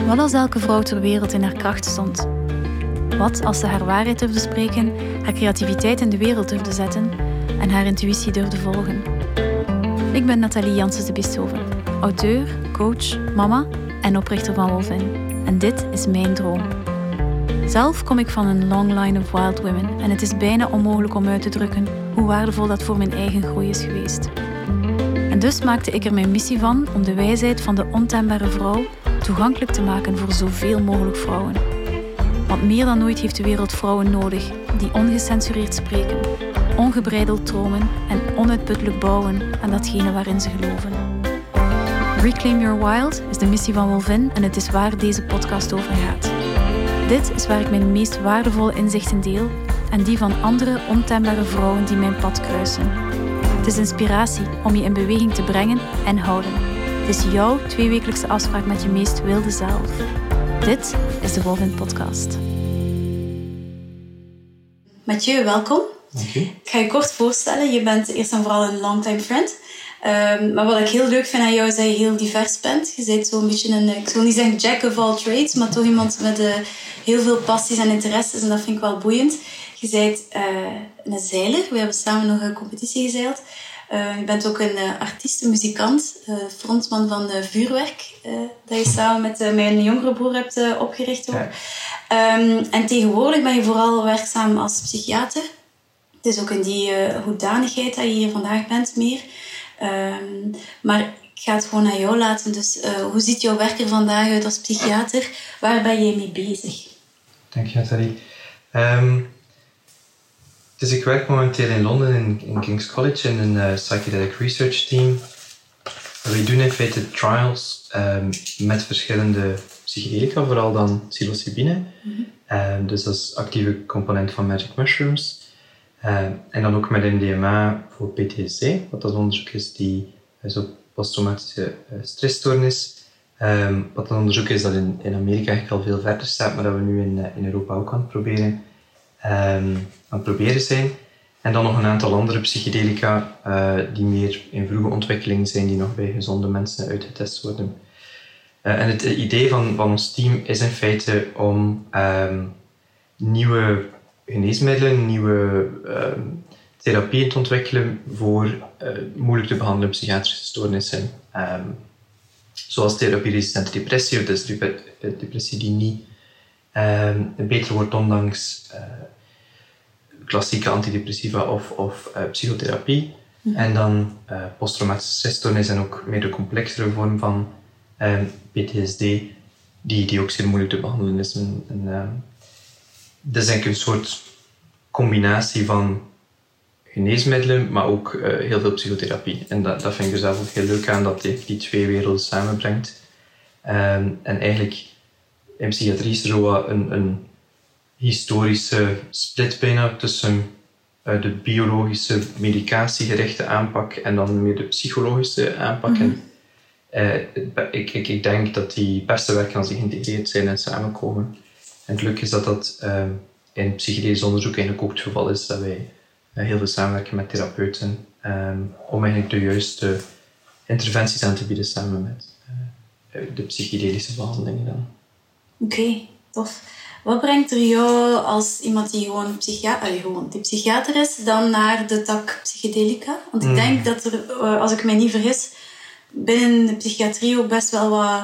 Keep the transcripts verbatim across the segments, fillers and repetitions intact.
Wat als elke vrouw ter wereld in haar kracht stond? Wat als ze haar waarheid durfde spreken, haar creativiteit in de wereld durfde zetten en haar intuïtie durfde volgen? Ik ben Nathalie Janssens de Biesthoven, auteur, coach, mama en oprichter van Wolvin. En dit is mijn droom. Zelf kom ik van een long line of wild women en het is bijna onmogelijk om uit te drukken hoe waardevol dat voor mijn eigen groei is geweest. En dus maakte ik er mijn missie van om de wijsheid van de ontembare vrouw toegankelijk te maken voor zoveel mogelijk vrouwen. Want meer dan ooit heeft de wereld vrouwen nodig die ongecensureerd spreken, ongebreideld dromen en onuitputtelijk bouwen aan datgene waarin ze geloven. Reclaim Your Wild is de missie van Wolvin en het is waar deze podcast over gaat. Dit is waar ik mijn meest waardevolle inzichten deel en die van andere ontembare vrouwen die mijn pad kruisen. Het is inspiratie om je in beweging te brengen en houden. Het is jouw tweewekelijkse afspraak met je meest wilde zelf. Dit is de Wolvin Podcast. Mathieu, welkom. Dank je. Ik ga je kort voorstellen. Je bent eerst en vooral een longtime friend. Um, maar wat ik heel leuk vind aan jou is dat je heel divers bent. Je bent zo'n beetje een, ik wil niet zeggen jack of all trades, maar toch iemand met uh, heel veel passies en interesses. En dat vind ik wel boeiend. Je bent uh, een zeiler. We hebben samen nog een competitie gezeild. Uh, je bent ook een uh, artiest, een muzikant, uh, frontman van uh, Vuurwerk, uh, dat je samen met uh, mijn jongere broer hebt uh, opgericht ook. Ja. Um, en tegenwoordig ben je vooral werkzaam als psychiater. Het is ook in die uh, hoedanigheid dat je hier vandaag bent meer. Um, maar ik ga het gewoon aan jou laten. Dus uh, hoe ziet jouw werk er vandaag uit als psychiater? Waar ben je mee bezig? Dank je, Nathalie. Um, dus ik werk momenteel in Londen in, in King's College in een uh, psychedelic research team. We doen in feite trials um, met verschillende psychedelica, vooral dan psilocybine. Mm-hmm. Um, dus dat is actieve component van magic mushrooms. Uh, en dan ook met M D M A voor P T S D, wat dat onderzoek is die uh, zo posttraumatische uh, stressstoornis. Um, wat een onderzoek is dat in, in Amerika eigenlijk al veel verder staat, maar dat we nu in, uh, in Europa ook aan het proberen, um, aan het proberen zijn. En dan nog een aantal andere psychedelica uh, die meer in vroege ontwikkeling zijn, die nog bij gezonde mensen uitgetest worden. Uh, en het idee van, van ons team is in feite om um, nieuwe geneesmiddelen, nieuwe uh, therapieën te ontwikkelen voor uh, moeilijk te behandelen psychiatrische stoornissen. Um, zoals therapieresistente depressie, of dus depressie die niet um, beter wordt ondanks uh, klassieke antidepressiva of, of uh, psychotherapie. Mm-hmm. En dan uh, posttraumatische stressstoornis en ook meer de complexere vorm van um, P T S D, die, die ook zeer moeilijk te behandelen is. En, en, um, dat is eigenlijk een soort combinatie van geneesmiddelen, maar ook uh, heel veel psychotherapie. En dat, dat vind ik er zelf ook heel leuk aan, dat die, die twee werelden samenbrengt. Um, en eigenlijk, in psychiatrie is er zo wat een, een historische split bijna tussen uh, de biologische medicatiegerichte aanpak en dan meer de psychologische aanpak. Mm-hmm. En, uh, ik, ik, ik denk dat die beste werken als die geïntegreerd zijn en samenkomen. En het leuke is dat dat uh, in psychedelisch onderzoek eigenlijk ook het geval is, dat wij uh, heel veel samenwerken met therapeuten um, om eigenlijk de juiste interventies aan te bieden samen met uh, de psychedelische behandelingen dan. Oké, okay, tof. Wat brengt er jou als iemand die gewoon, psychia- uh, gewoon die psychiater is, dan naar de tak psychedelica? Want ik mm. denk dat er, uh, als ik mij niet vergis, binnen de psychiatrie ook best wel wat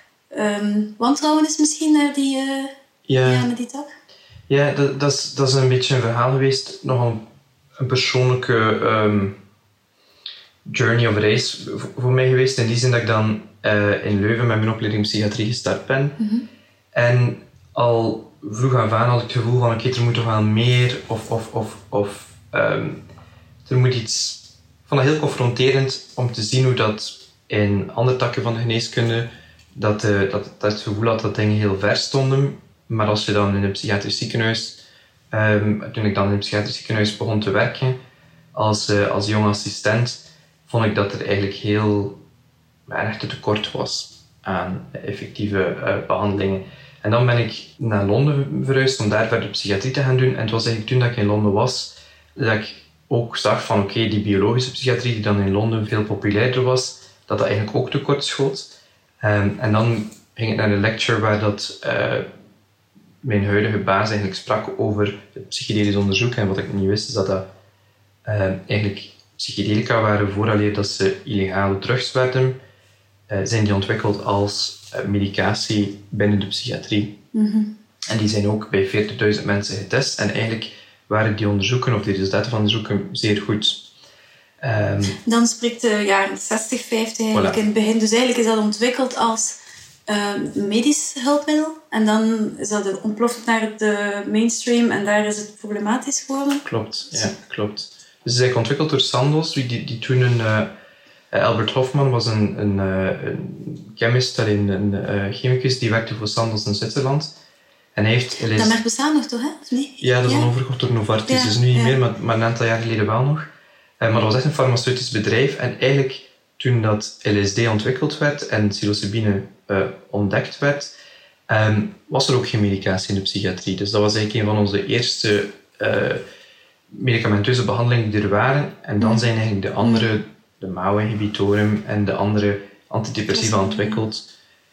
um, wantrouwen is misschien naar die... Uh, Ja, ja, met die tak? Ja, dat, dat, is, dat is een beetje een verhaal geweest. Nogal een, een persoonlijke um, journey of reis voor, voor mij geweest. In die zin dat ik dan uh, in Leuven met mijn opleiding psychiatrie gestart ben. Mm-hmm. En al vroeg af aan had ik het gevoel van oké, okay, er moet toch wel meer of, of, of, of um, er moet iets... Ik vond het heel confronterend om te zien hoe dat in andere takken van de geneeskunde dat, uh, dat, dat het gevoel had dat dingen heel ver stonden. Maar als je dan in een psychiatrisch ziekenhuis, um, toen ik dan in een psychiatrisch ziekenhuis begon te werken, als, uh, als jong assistent, vond ik dat er eigenlijk heel erg te tekort was aan effectieve uh, behandelingen. En dan ben ik naar Londen verhuisd om daar verder psychiatrie te gaan doen. En het was eigenlijk toen dat ik in Londen was, dat ik ook zag van oké, okay, die biologische psychiatrie die dan in Londen veel populairder was, dat dat eigenlijk ook tekort schoot. Um, en dan ging ik naar een lecture waar dat, uh, mijn huidige baas eigenlijk sprak over het psychedelisch onderzoek. En wat ik niet wist, is dat dat uh, eigenlijk psychedelica waren vooraleer dat ze illegale drugs werden, uh, zijn die ontwikkeld als uh, medicatie binnen de psychiatrie. Mm-hmm. En die zijn ook bij veertigduizend mensen getest. En eigenlijk waren die onderzoeken, of de resultaten van onderzoeken, zeer goed. Um, Dan spreekt de jaren zestig, vijftig eigenlijk voilà. in het begin. Dus eigenlijk is dat ontwikkeld als uh, medisch hulpmiddel. En dan is dat ontploft naar de mainstream en daar is het problematisch geworden. Klopt, ja, klopt. Dus het is eigenlijk ontwikkeld door Sandoz, die, die, die toen een... Uh, Albert Hofmann was een, een, uh, een chemist, een, een uh, chemicus, die werkte voor Sandoz in Zwitserland. En hij heeft... Dat merk bestaat nog toch, hè? Of niet? Ja, dat is ja. dan overgekocht door Novartis. Ja, dus nu niet ja. meer, maar, maar een aantal jaar geleden wel nog. Uh, maar dat was echt een farmaceutisch bedrijf. En eigenlijk, toen dat L S D ontwikkeld werd en psilocybine uh, ontdekt werd, um, was er ook geen medicatie in de psychiatrie. Dus dat was eigenlijk een van onze eerste uh, medicamenteuze behandelingen die er waren. En dan zijn eigenlijk de andere, de M A O-inhibitoren en de andere antidepressiva ontwikkeld.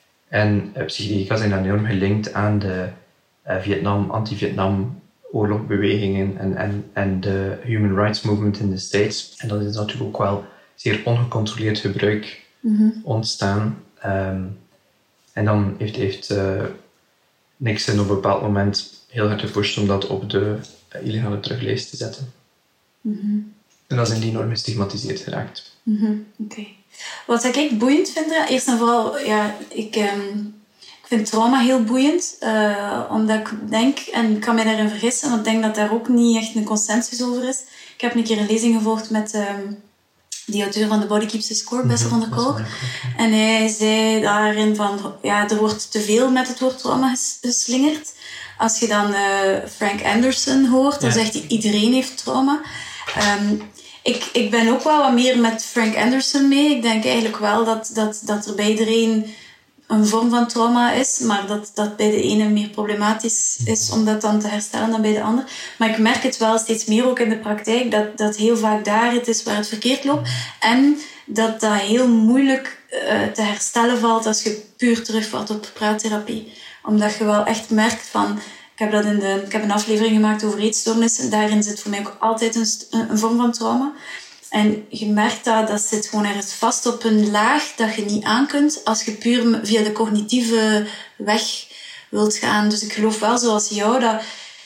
En uh, psychedelica zijn dan enorm gelinkt aan de uh, Vietnam, anti-Vietnam oorlogbewegingen en, en, en de Human Rights Movement in de States. En dat is natuurlijk ook wel zeer ongecontroleerd gebruik mm-hmm. ontstaan. Um, en dan heeft, heeft uh, Nixon op een bepaald moment heel hard gepusht om dat op de uh, illegale teruglijst te zetten. Mm-hmm. En dan zijn die enorm gestigmatiseerd geraakt. Mm-hmm. Oké. Okay. Wat ik boeiend vind, eerst en vooral, ja, ik, um, ik vind trauma heel boeiend. Uh, omdat ik denk, en ik kan mij daarin vergissen, want ik denk dat daar ook niet echt een consensus over is. Ik heb een keer een lezing gevolgd met um, die auteur van The Body Keeps the Score, Bessel van der Kolk. Mm-hmm. En hij zei daarin van, ja, er wordt te veel met het woord trauma geslingerd. Als je dan uh, Frank Anderson hoort, dan ja. zegt hij, iedereen heeft trauma. Um, Ik, ik ben ook wel wat meer met Frank Anderson mee. Ik denk eigenlijk wel dat, dat, dat er bij iedereen een vorm van trauma is, maar dat, dat bij de ene meer problematisch is om dat dan te herstellen dan bij de ander. Maar ik merk het wel steeds meer ook in de praktijk, dat, dat heel vaak daar het is waar het verkeerd loopt. En dat dat heel moeilijk uh, te herstellen valt als je puur terugvalt op praattherapie. Omdat je wel echt merkt van... Ik heb, dat in de, ik heb een aflevering gemaakt over eetstoornissen. Daarin zit voor mij ook altijd een, een, een vorm van trauma. En je merkt dat, dat zit gewoon ergens vast op een laag dat je niet aan kunt als je puur via de cognitieve weg wilt gaan. Dus ik geloof wel zoals jou dat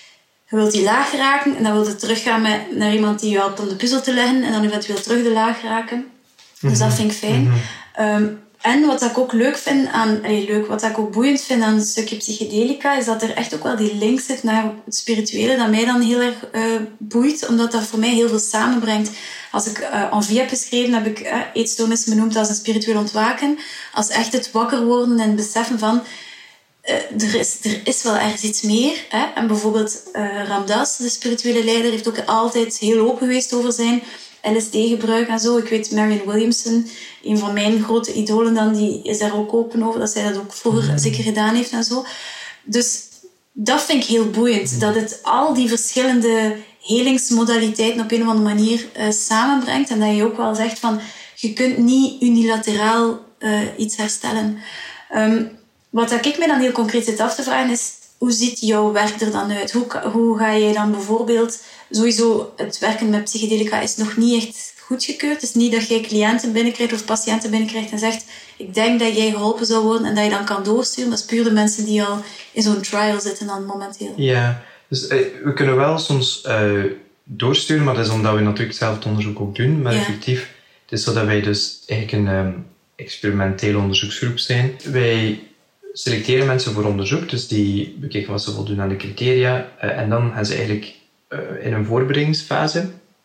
je wilt die laag raken en dan wil je teruggaan met, naar iemand die je helpt om de puzzel te leggen en dan eventueel terug de laag raken. Mm-hmm. Dus dat vind ik fijn. Mm-hmm. Um, En wat ik ook leuk vind aan, allee, leuk, wat ik ook boeiend vind aan een stukje psychedelica, is dat er echt ook wel die link zit naar het spirituele, dat mij dan heel erg uh, boeit, omdat dat voor mij heel veel samenbrengt. Als ik uh, Envie heb geschreven, heb ik uh, eetstoornis benoemd als een spiritueel ontwaken. Als echt het wakker worden en beseffen van, uh, er, is, er is wel ergens iets meer. Hè? En bijvoorbeeld uh, Ramdas, de spirituele leider, heeft ook altijd heel open geweest over zijn L S D-gebruik en zo. Ik weet, Marianne Williamson, een van mijn grote idolen dan, die is daar ook open over, dat zij dat ook vroeger mm-hmm. zeker gedaan heeft en zo. Dus dat vind ik heel boeiend, mm-hmm. dat het al die verschillende helingsmodaliteiten op een of andere manier uh, samenbrengt en dat je ook wel zegt van, je kunt niet unilateraal uh, iets herstellen. Um, wat ik mij dan heel concreet zit af te vragen is, hoe ziet jouw werk er dan uit? Hoe, hoe ga je dan bijvoorbeeld... Sowieso, het werken met psychedelica is nog niet echt goedgekeurd. Het is niet dat jij cliënten binnenkrijgt of patiënten binnenkrijgt en zegt, ik denk dat jij geholpen zou worden en dat je dan kan doorsturen. Dat is puur de mensen die al in zo'n trial zitten dan momenteel. Ja, dus uh, we kunnen wel soms uh, doorsturen, maar dat is omdat we natuurlijk zelf het onderzoek ook doen. Maar ja. effectief, het is zo dat wij dus eigenlijk een um, experimentele onderzoeksgroep zijn. Wij selecteren mensen voor onderzoek, dus die bekijken wat ze voldoen aan de criteria. Uh, en dan gaan ze eigenlijk uh, in een voorbereidingsfase.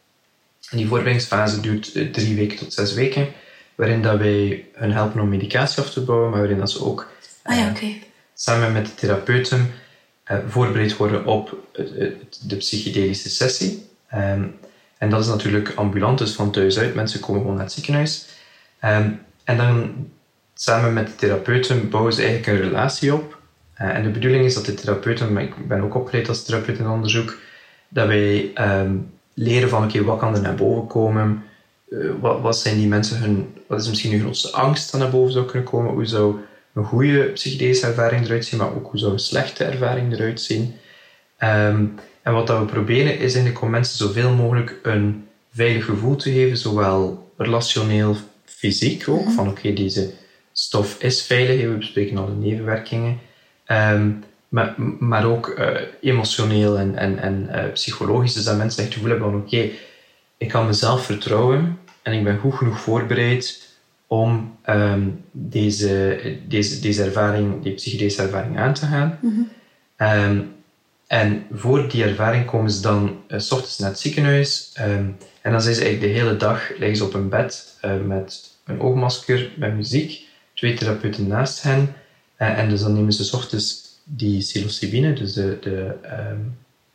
En die voorbereidingsfase duurt uh, drie weken tot zes weken, waarin dat wij hun helpen om medicatie af te bouwen, maar waarin dat ze ook uh, ah, ja, okay. samen met de therapeuten uh, voorbereid worden op uh, de psychedelische sessie. Um, en dat is natuurlijk ambulant, dus van thuis uit. Mensen komen gewoon naar het ziekenhuis. Um, en dan samen met de therapeuten bouwen ze eigenlijk een relatie op. Uh, en de bedoeling is dat de therapeuten, maar ik ben ook opgeleid als therapeut in onderzoek, dat wij um, leren van oké, okay, wat kan er naar boven komen? Uh, wat, wat zijn die mensen hun, wat is misschien hun grootste angst dat naar boven zou kunnen komen? Hoe zou een goede psychedelische ervaring eruit zien, maar ook hoe zou een slechte ervaring eruit zien. Um, en wat dat we proberen is eigenlijk om mensen zoveel mogelijk een veilig gevoel te geven, zowel relationeel, fysiek ook, mm-hmm. van oké, okay, deze stof is veilig, we bespreken al de nevenwerkingen, um, maar, maar ook uh, emotioneel en, en, en uh, psychologisch, dus dat mensen echt het gevoel hebben van oké, okay, ik kan mezelf vertrouwen en ik ben goed genoeg voorbereid om um, deze, deze, deze ervaring, die psychedelische ervaring aan te gaan. Mm-hmm. Um, en voor die ervaring komen ze dan uh, 's ochtends naar het ziekenhuis um, en dan zijn ze eigenlijk de hele dag liggen ze op een bed uh, met een oogmasker, met muziek, twee therapeuten naast hen uh, en dus dan nemen ze 's ochtends die psilocybine, dus de, de, um,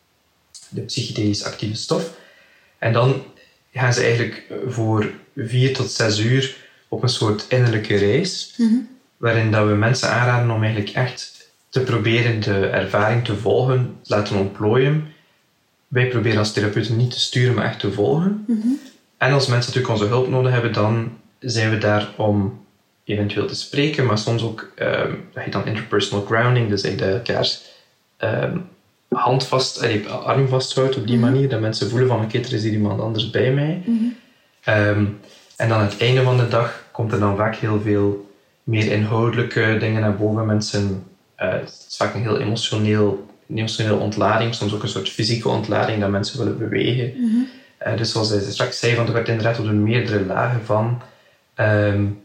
de psychedelisch actieve stof, en dan gaan ze eigenlijk voor vier tot zes uur op een soort innerlijke reis, mm-hmm. waarin dat we mensen aanraden om eigenlijk echt te proberen de ervaring te volgen, te laten ontplooien. Wij proberen als therapeuten niet te sturen, maar echt te volgen. Mm-hmm. En als mensen natuurlijk onze hulp nodig hebben, dan zijn we daar om eventueel te spreken, maar soms ook, um, dat heet dan interpersonal grounding, dus dat je elkaars um, hand vast, allee, arm vasthoudt op die mm-hmm. manier, dat mensen voelen van oké, okay, er is hier iemand anders bij mij. Mm-hmm. Um, en dan aan het einde van de dag komt er dan vaak heel veel meer inhoudelijke dingen naar boven. Mensen, uh, het is vaak een heel emotioneel, emotionele ontlading, soms ook een soort fysieke ontlading dat mensen willen bewegen. Mm-hmm. Uh, dus zoals hij straks zei, want er werd inderdaad op de meerdere lagen van, um,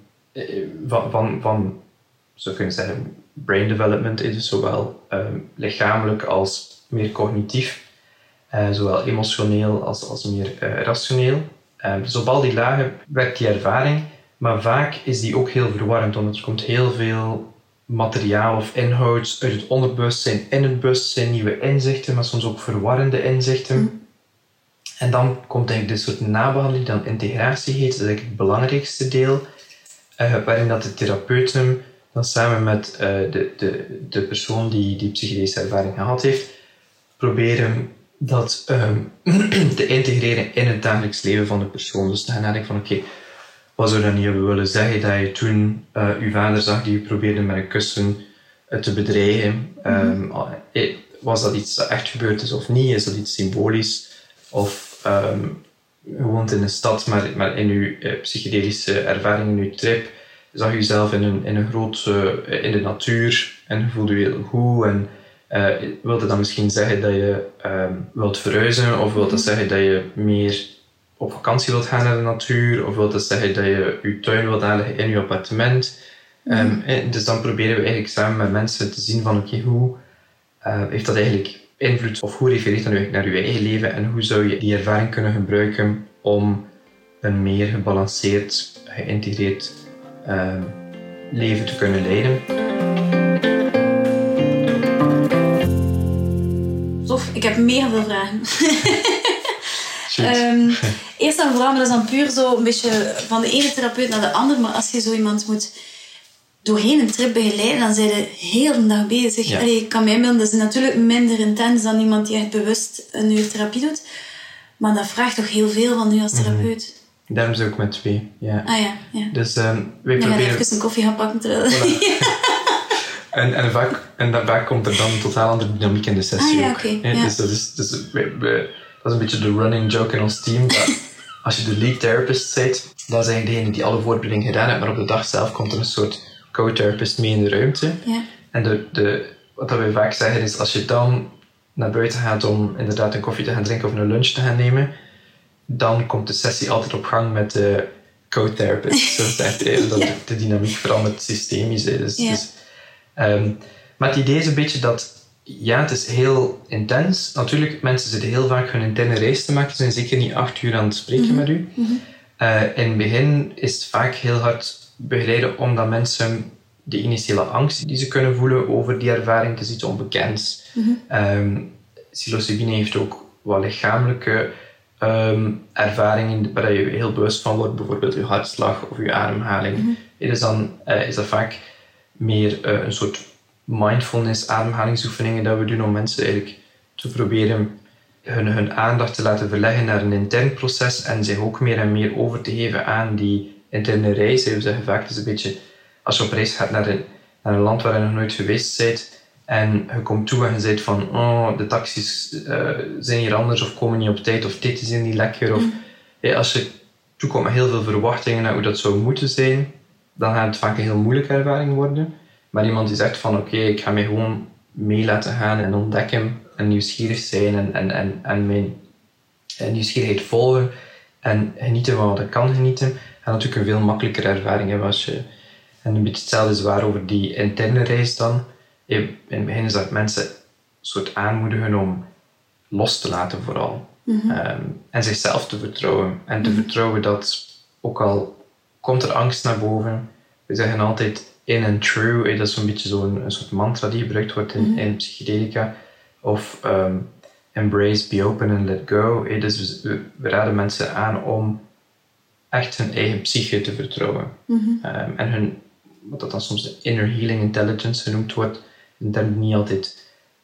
van, van, van, zo kunnen zeggen, brain development, dus zowel um, lichamelijk als meer cognitief, uh, zowel emotioneel als, als meer uh, rationeel. Um, dus op al die lagen werkt die ervaring, maar vaak is die ook heel verwarrend, want er komt heel veel materiaal of inhoud uit het onderbewustzijn in het bewustzijn, nieuwe inzichten, maar soms ook verwarrende inzichten. Mm. En dan komt eigenlijk dit soort nabehandeling, die dan integratie heet, dat is eigenlijk het belangrijkste deel, uh, waarin dat de therapeuten dan samen met uh, de, de, de persoon die die psychedelische ervaring gehad heeft, proberen dat um, te integreren in het dagelijks leven van de persoon. Dus te gaan nadenken van oké, okay, wat zou je dan niet hebben willen zeggen dat je toen uh, je vader zag die je probeerde met een kussen uh, te bedreigen. Mm-hmm. Um, was dat iets dat echt gebeurd is of niet? Is dat iets symbolisch? Of um, je woont in een stad, maar, maar in je uh, psychedelische ervaring, in je trip, zag je jezelf in een, in een groot, uh, in de natuur en je voelde je heel goed en Uh, wil dat dan misschien zeggen dat je um, wilt verhuizen, of wil dat zeggen dat je meer op vakantie wilt gaan naar de natuur, of wil dat zeggen dat je je tuin wilt aanleggen in je appartement. Um, mm. Dus dan proberen we eigenlijk samen met mensen te zien van oké, okay, hoe uh, heeft dat eigenlijk invloed, of hoe refereert dat nu naar je eigen leven en hoe zou je die ervaring kunnen gebruiken om een meer gebalanceerd, geïntegreerd uh, leven te kunnen leiden. Ik heb mega veel vragen. um, eerst en vooral, maar dat is dan puur zo een beetje van de ene therapeut naar de andere. Maar als je zo iemand moet doorheen een trip begeleiden, dan zijn je heel de dag bezig. Ja. Allee, ik kan mij inbeelden, dat is natuurlijk minder intens dan iemand die echt bewust een uur therapie doet. Maar dat vraagt toch heel veel van u als therapeut. Mm-hmm. Daarom zijn we ook met twee. Ja. Ah ja, ja. Dus um, wij ja, proberen... even een koffie gaan pakken terwijl... Voilà. En, en, vaak, en daarbij komt er dan een totaal andere dynamiek in de sessie ah, ja, ook. Okay, ja, ja. Dus dat is, dus we, we, dat is een beetje de running joke in ons team. Dat als je de lead therapist bent, dan is eigenlijk degene die alle voorbereidingen gedaan heeft, maar op de dag zelf komt er een soort co-therapist mee in de ruimte. Ja. En de, de, wat wij vaak zeggen is, als je dan naar buiten gaat om inderdaad een koffie te gaan drinken of een lunch te gaan nemen, dan komt de sessie altijd op gang met de co-therapist. Zo zegt hij, dat ja. de, de dynamiek verandert systemisch. Dus, ja. dus, um, maar het idee is een beetje dat, ja, het is heel intens. Natuurlijk, mensen zitten heel vaak hun interne reis te maken. Ze zijn zeker niet acht uur aan het spreken mm-hmm. met u. Mm-hmm. Uh, in het begin is het vaak heel hard begeleiden, omdat mensen de initiële angst die ze kunnen voelen over die ervaring, het is iets onbekends. Mm-hmm. Um, psilocybine heeft ook wat lichamelijke um, ervaringen waar je heel bewust van wordt, bijvoorbeeld je hartslag of je ademhaling. Mm-hmm. Dus dan uh, is dat vaak meer uh, een soort mindfulness ademhalingsoefeningen dat we doen om mensen eigenlijk te proberen hun, hun aandacht te laten verleggen naar een intern proces en zich ook meer en meer over te geven aan die interne reis. We zeggen vaak, het is een beetje, als je op reis gaat naar een, naar een land waar je nog nooit geweest bent. En je komt toe en je zegt van, oh, de taxis uh, zijn hier anders of komen niet op tijd of dit is niet lekker. Of, mm. hey, als je toekomt met heel veel verwachtingen naar hoe dat zou moeten zijn, dan gaat het vaak een heel moeilijke ervaring worden. Maar iemand die zegt van, oké, okay, ik ga mij gewoon mee laten gaan en ontdekken en nieuwsgierig zijn en, en, en, en mijn nieuwsgierigheid volgen en genieten van wat ik kan genieten, gaat natuurlijk een veel makkelijker ervaring hebben als je... En een beetje hetzelfde is waar over die interne reis dan. In het begin is dat mensen een soort aanmoedigen om los te laten vooral. Mm-hmm. Um, en zichzelf te vertrouwen. En te mm-hmm. vertrouwen dat, ook al komt er angst naar boven, we zeggen altijd in and true, dat is zo'n beetje zo'n een soort mantra die gebruikt wordt in, mm-hmm. in psychedelica. Of um, embrace, be open and let go. Dus we, we raden mensen aan om echt hun eigen psyche te vertrouwen. Mm-hmm. Um, en hun, wat dat dan soms de inner healing intelligence genoemd wordt, een term die niet altijd,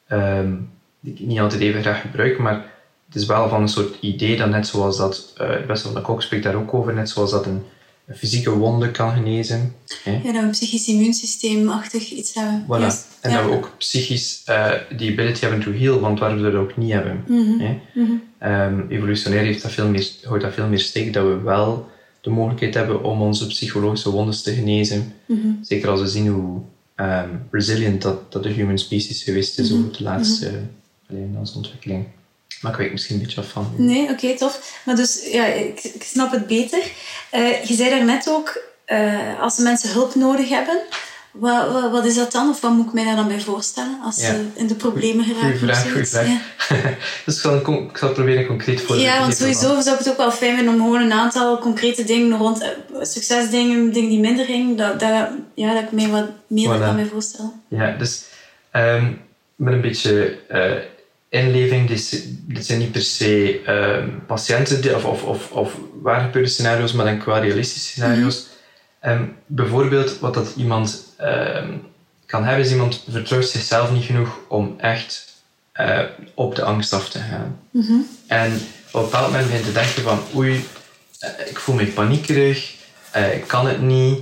um, die ik niet altijd even graag gebruik, maar het is wel van een soort idee dat net zoals dat, uh, Bessel van der Kolk spreekt daar ook over, net zoals dat een, een fysieke wonde kan genezen. Hè? Ja, dat we een psychisch immuunsysteemachtig iets hebben. Voilà. Yes. En ja. dat we ook psychisch uh, die ability hebben to heal, want waar we dat ook niet hebben. Mm-hmm. Hè? Mm-hmm. Um, evolutionair heeft dat veel meer, houdt dat veel meer steek, dat we wel de mogelijkheid hebben om onze psychologische wondes te genezen. Mm-hmm. Zeker als we zien hoe um, resilient dat, dat de human species geweest is mm-hmm. over de laatste mm-hmm. uh, onze ontwikkeling. Maar ik weet misschien een beetje af van. Nee, oké, okay, tof. Maar dus, ja, ik, ik snap het beter. Uh, je zei daarnet ook, uh, als de mensen hulp nodig hebben, wat, wat, wat is dat dan? Of wat moet ik mij daar dan bij voorstellen als ja. ze in de problemen geraken? Goeie vraag, goeie vraag. Ja. Dus ik zal, een, ik zal proberen concreet voor te Ja, want sowieso van. zou ik het ook wel fijn vinden om gewoon een aantal concrete dingen rond uh, succesdingen, dingen die minder gingen, dat, dat, ja, dat ik mij wat meer voilà. kan bij voorstellen. Ja, dus um, met een beetje uh, inleving, dit, dit zijn niet per se um, patiënten of, of, of, of waar gebeurde scenario's, maar dan qua realistische scenario's. Mm-hmm. Um, bijvoorbeeld, wat dat iemand um, kan hebben, is iemand vertrouwt zichzelf niet genoeg om echt uh, op de angst af te gaan. Mm-hmm. En op een bepaald moment begint te denken van, oei, uh, ik voel me paniekerig, uh, ik kan het niet,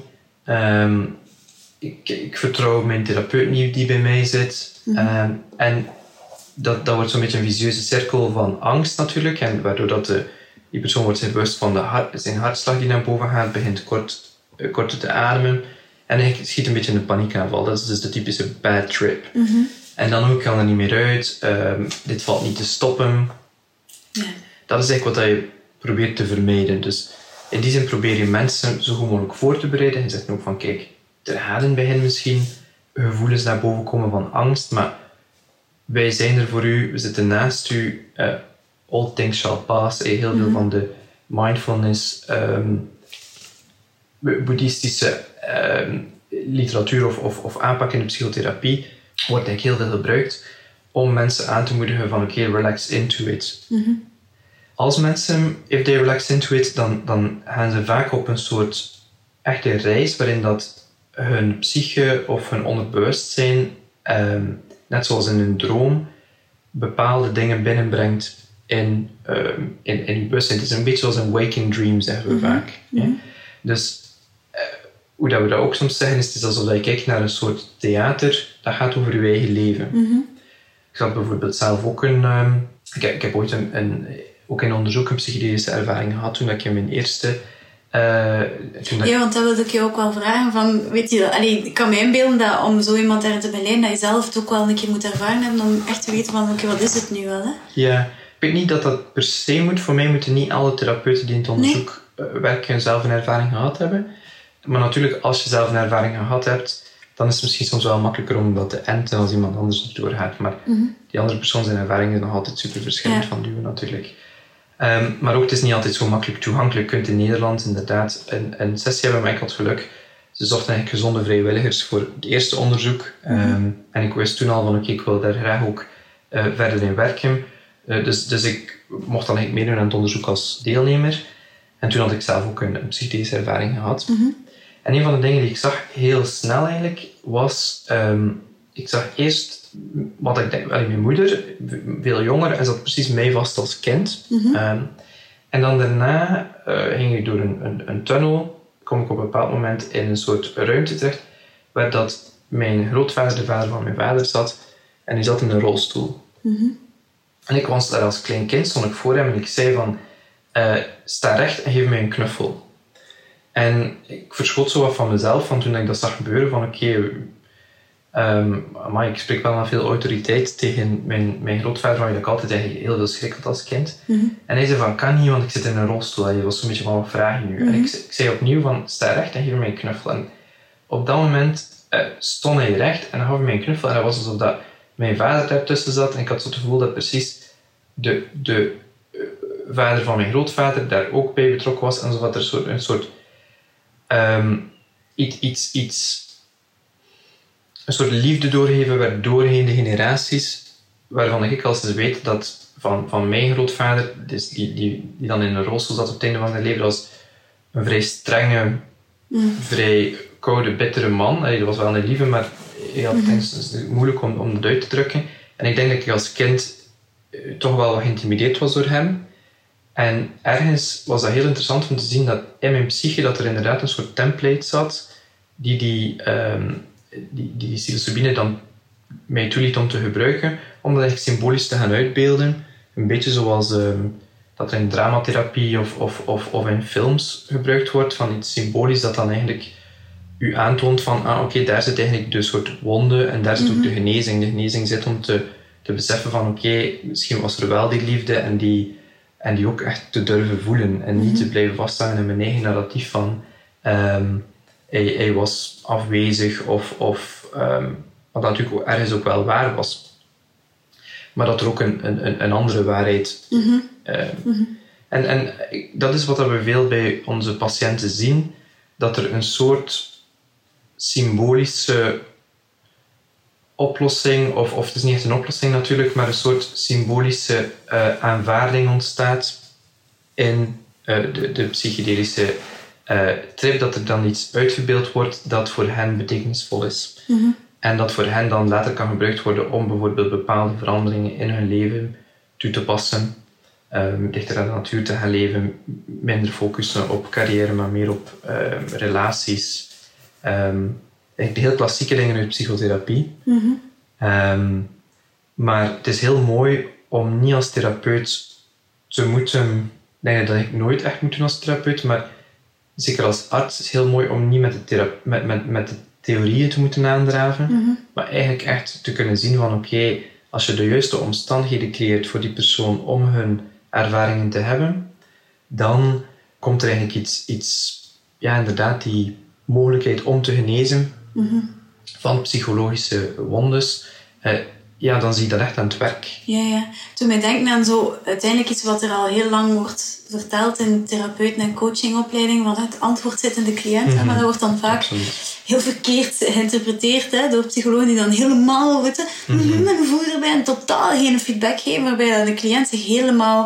um, ik, ik vertrouw mijn therapeut niet die bij mij zit. Mm-hmm. Um, en dat, dat wordt zo'n beetje een visieuze cirkel van angst natuurlijk, en waardoor dat de, die persoon wordt zich bewust van de hart, zijn hartslag die naar boven gaat, begint kort, uh, korter te ademen en hij schiet een beetje in een paniekaanval. Dat is dus de typische bad trip. Mm-hmm. En dan ook, ik kan er niet meer uit, um, dit valt niet te stoppen. Ja. Dat is eigenlijk wat je probeert te vermijden. Dus in die zin probeer je mensen zo goed mogelijk voor te bereiden. Je zegt ook van, kijk, er gaat in het begin misschien gevoelens naar boven komen van angst, maar wij zijn er voor u, we zitten naast u. Uh, all things shall pass. Heel veel mm-hmm. van de mindfulness, um, boeddhistische um, literatuur of, of, of aanpak in de psychotherapie wordt eigenlijk heel veel gebruikt om mensen aan te moedigen van oké, okay, relax into it. Mm-hmm. Als mensen, if they relax into it, dan, dan gaan ze vaak op een soort echte reis waarin dat hun psyche of hun onderbewustzijn, um, net zoals in een droom, bepaalde dingen binnenbrengt in, um, in, in je bewustzijn. Het is een beetje zoals een waking dream, zeggen we mm-hmm. vaak. Mm-hmm. Ja? Dus uh, hoe dat we dat ook soms zeggen, is het is alsof je kijkt naar een soort theater dat gaat over je eigen leven. Mm-hmm. Ik had bijvoorbeeld zelf ook een... Um, ik, heb, ik heb ooit een, een, ook in onderzoek een psychedelische ervaring gehad toen ik in mijn eerste... Uh, toen dat ja, want dat wilde ik je ook wel vragen. Van, weet je, allee, ik kan me inbeelden dat om zo iemand daar te begeleiden, dat je zelf het ook wel een keer moet ervaren hebben om echt te weten van, oké, okay, wat is het nu wel? Hè? Ja, ik weet niet dat dat per se moet. Voor mij moeten niet alle therapeuten die in het onderzoek nee. uh, werken zelf een ervaring gehad hebben. Maar natuurlijk, als je zelf een ervaring gehad hebt, dan is het misschien soms wel makkelijker om dat te enten als iemand anders het doorgaat. Maar mm-hmm. die andere persoon zijn ervaring is nog altijd super verschillend ja. van duwen natuurlijk. Um, maar ook, het is niet altijd zo makkelijk toegankelijk. Je kunt in Nederland inderdaad een, een sessie hebben, maar ik had geluk. Ze zochten eigenlijk gezonde vrijwilligers voor het eerste onderzoek. Mm-hmm. Um, en ik wist toen al van, oké, okay, ik wil daar graag ook uh, verder in werken. Uh, dus, dus ik mocht dan eigenlijk meedoen aan het onderzoek als deelnemer. En toen had ik zelf ook een, een psychedelische ervaring gehad. Mm-hmm. En een van de dingen die ik zag heel snel eigenlijk, was... Um, ik zag eerst wat ik denk, mijn moeder, veel jonger, en zat precies mij vast als kind. Mm-hmm. Um, en dan daarna uh, ging ik door een, een, een tunnel, kom ik op een bepaald moment in een soort ruimte terecht, waar dat mijn grootvader, de vader van mijn vader, zat. En hij zat in een rolstoel. Mm-hmm. En ik was daar als klein kind, stond ik voor hem en ik zei van... Uh, sta recht en geef mij een knuffel. En ik verschot zo wat van mezelf, van toen ik dat zag gebeuren, van oké... Okay, um, maar ik spreek wel met veel autoriteit tegen mijn, mijn grootvader, waar ik altijd eigenlijk heel veel schrik had als kind. Mm-hmm. En hij zei van, kan niet, want ik zit in een rolstoel. Hij was zo'n beetje van, wat vraag je nu? Mm-hmm. En ik, ik zei opnieuw van, sta recht en geef mij een knuffel. En op dat moment uh, stond hij recht en gaf mij een knuffel. En dat was alsof dat mijn vader daartussen zat. En ik had zo het gevoel dat precies de, de uh, vader van mijn grootvader daar ook bij betrokken was. En zo dat er soort, een soort... Um, iets... iets, iets een soort liefde doorgeven werd doorheen de generaties, waarvan ik als ze weet dat van, van mijn grootvader, dus die, die, die dan in een rolstoel zat op het einde van zijn leven, was een vrij strenge, mm. vrij koude, bittere man. Allee, dat was wel een lieve, maar hij had mm-hmm. het moeilijk om, om dat uit te drukken. En ik denk dat ik als kind uh, toch wel wat geïntimideerd was door hem. En ergens was dat heel interessant om te zien dat in mijn psyche dat er inderdaad een soort template zat die die... Um, die, die psilocybine dan mij toeliet om te gebruiken, om dat eigenlijk symbolisch te gaan uitbeelden. Een beetje zoals um, dat er in dramatherapie of, of, of, of in films gebruikt wordt, van iets symbolisch dat dan eigenlijk u aantoont van, ah oké, okay, daar zit eigenlijk de soort wonde en daar zit mm-hmm. ook de genezing. De genezing zit om te, te beseffen van, oké, okay, misschien was er wel die liefde en die, en die ook echt te durven voelen en niet mm-hmm. te blijven vasthangen in mijn eigen narratief van... Um, Hij, hij was afwezig of, of um, wat natuurlijk ook ergens ook wel waar was. Maar dat er ook een, een, een andere waarheid... Mm-hmm. Uh, mm-hmm. En, en dat is wat we veel bij onze patiënten zien. Dat er een soort symbolische oplossing, of, of het is niet echt een oplossing natuurlijk, maar een soort symbolische uh, aanvaarding ontstaat in uh, de, de psychedelische uh, trip, dat er dan iets uitgebeeld wordt dat voor hen betekenisvol is. Mm-hmm. En dat voor hen dan later kan gebruikt worden om bijvoorbeeld bepaalde veranderingen in hun leven toe te passen. Um, dichter aan de natuur te gaan leven, minder focussen op carrière, maar meer op um, relaties. Um, de heel klassieke dingen uit psychotherapie. Mm-hmm. Um, maar het is heel mooi om niet als therapeut te moeten... Ik denk dat ik nooit echt moet doen als therapeut, maar zeker als arts is het heel mooi om niet met de, thera- met, met, met de theorieën te moeten aandraven, Mm-hmm. maar eigenlijk echt te kunnen zien van oké, okay, als je de juiste omstandigheden creëert voor die persoon om hun ervaringen te hebben, dan komt er eigenlijk iets, iets ja, inderdaad, die mogelijkheid om te genezen Mm-hmm. van psychologische wondes. Uh, ja, dan zie je dat echt aan het werk. Ja, ja. Toen mij denken aan zo uiteindelijk iets wat er al heel lang wordt verteld in therapeuten- en coachingopleidingen, want het antwoord zit in de cliënt. Mm-hmm. Maar dat wordt dan vaak Absoluut. heel verkeerd geïnterpreteerd hè, door psychologen die dan helemaal weten, mm-hmm. mijn gevoel erbij en totaal geen feedback geven, waarbij de cliënt zich helemaal...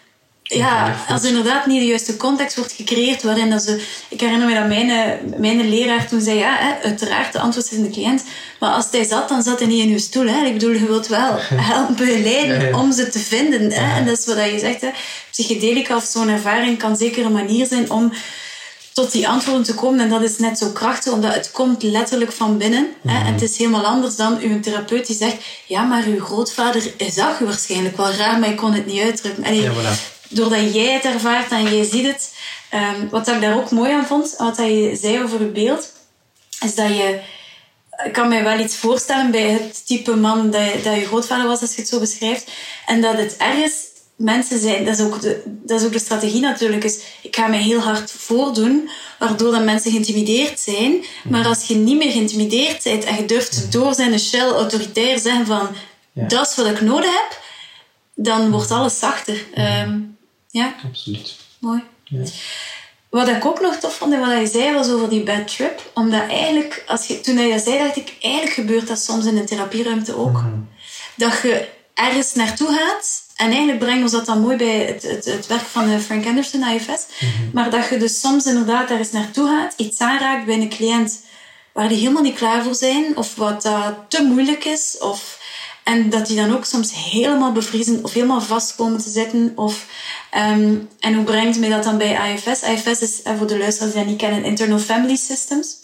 Ja, als inderdaad niet de juiste context wordt gecreëerd waarin dat ze... Ik herinner me dat mijn, mijn leraar toen zei, ja, hè, uiteraard, de antwoord is in de cliënt. Maar als hij zat, dan zat hij niet in uw stoel. Hè. Ik bedoel, je wilt wel helpen begeleiden ja, ja. om ze te vinden. Hè. Ja. En dat is wat je zegt. Hè. Psychedelica of zo'n ervaring kan zeker een manier zijn om tot die antwoorden te komen. En dat is net zo krachtig, omdat het komt letterlijk van binnen. Hè. Mm-hmm. En het is helemaal anders dan uw therapeut die zegt, ja, maar uw grootvader zag u waarschijnlijk wel raar, maar ik kon het niet uitdrukken. En ja, voilà. Doordat jij het ervaart en jij ziet het. Um, wat ik daar ook mooi aan vond, wat je zei over je beeld, is dat je... Ik kan mij wel iets voorstellen bij het type man dat je, dat je grootvader was, als je het zo beschrijft. En dat het ergens mensen zijn... Dat is ook de, dat is ook de strategie natuurlijk. Is, ik ga mij heel hard voordoen, waardoor dat mensen geïntimideerd zijn. Maar als je niet meer geïntimideerd bent en je durft door zijn shell autoritair zeggen van... Ja. Dat is wat ik nodig heb, dan wordt alles zachter. Um, Ja, absoluut. Mooi. Ja. Wat ik ook nog tof vond, en wat je zei, was over die bad trip. Omdat eigenlijk, als je, toen je dat zei, dacht ik, eigenlijk gebeurt dat soms in een therapieruimte ook. Mm-hmm. Dat je ergens naartoe gaat, en eigenlijk brengt ons dat dan mooi bij het, het, het werk van Frank Anderson, I F S. Mm-hmm. Maar dat je dus soms inderdaad ergens naartoe gaat, iets aanraakt bij een cliënt waar die helemaal niet klaar voor zijn, of wat uh, te moeilijk is, of... En dat die dan ook soms helemaal bevriezen of helemaal vast komen te zitten. Of, um, en hoe brengt mij dat dan bij I F S? I F S is, voor de luisteraars die dat niet kennen, Internal Family Systems.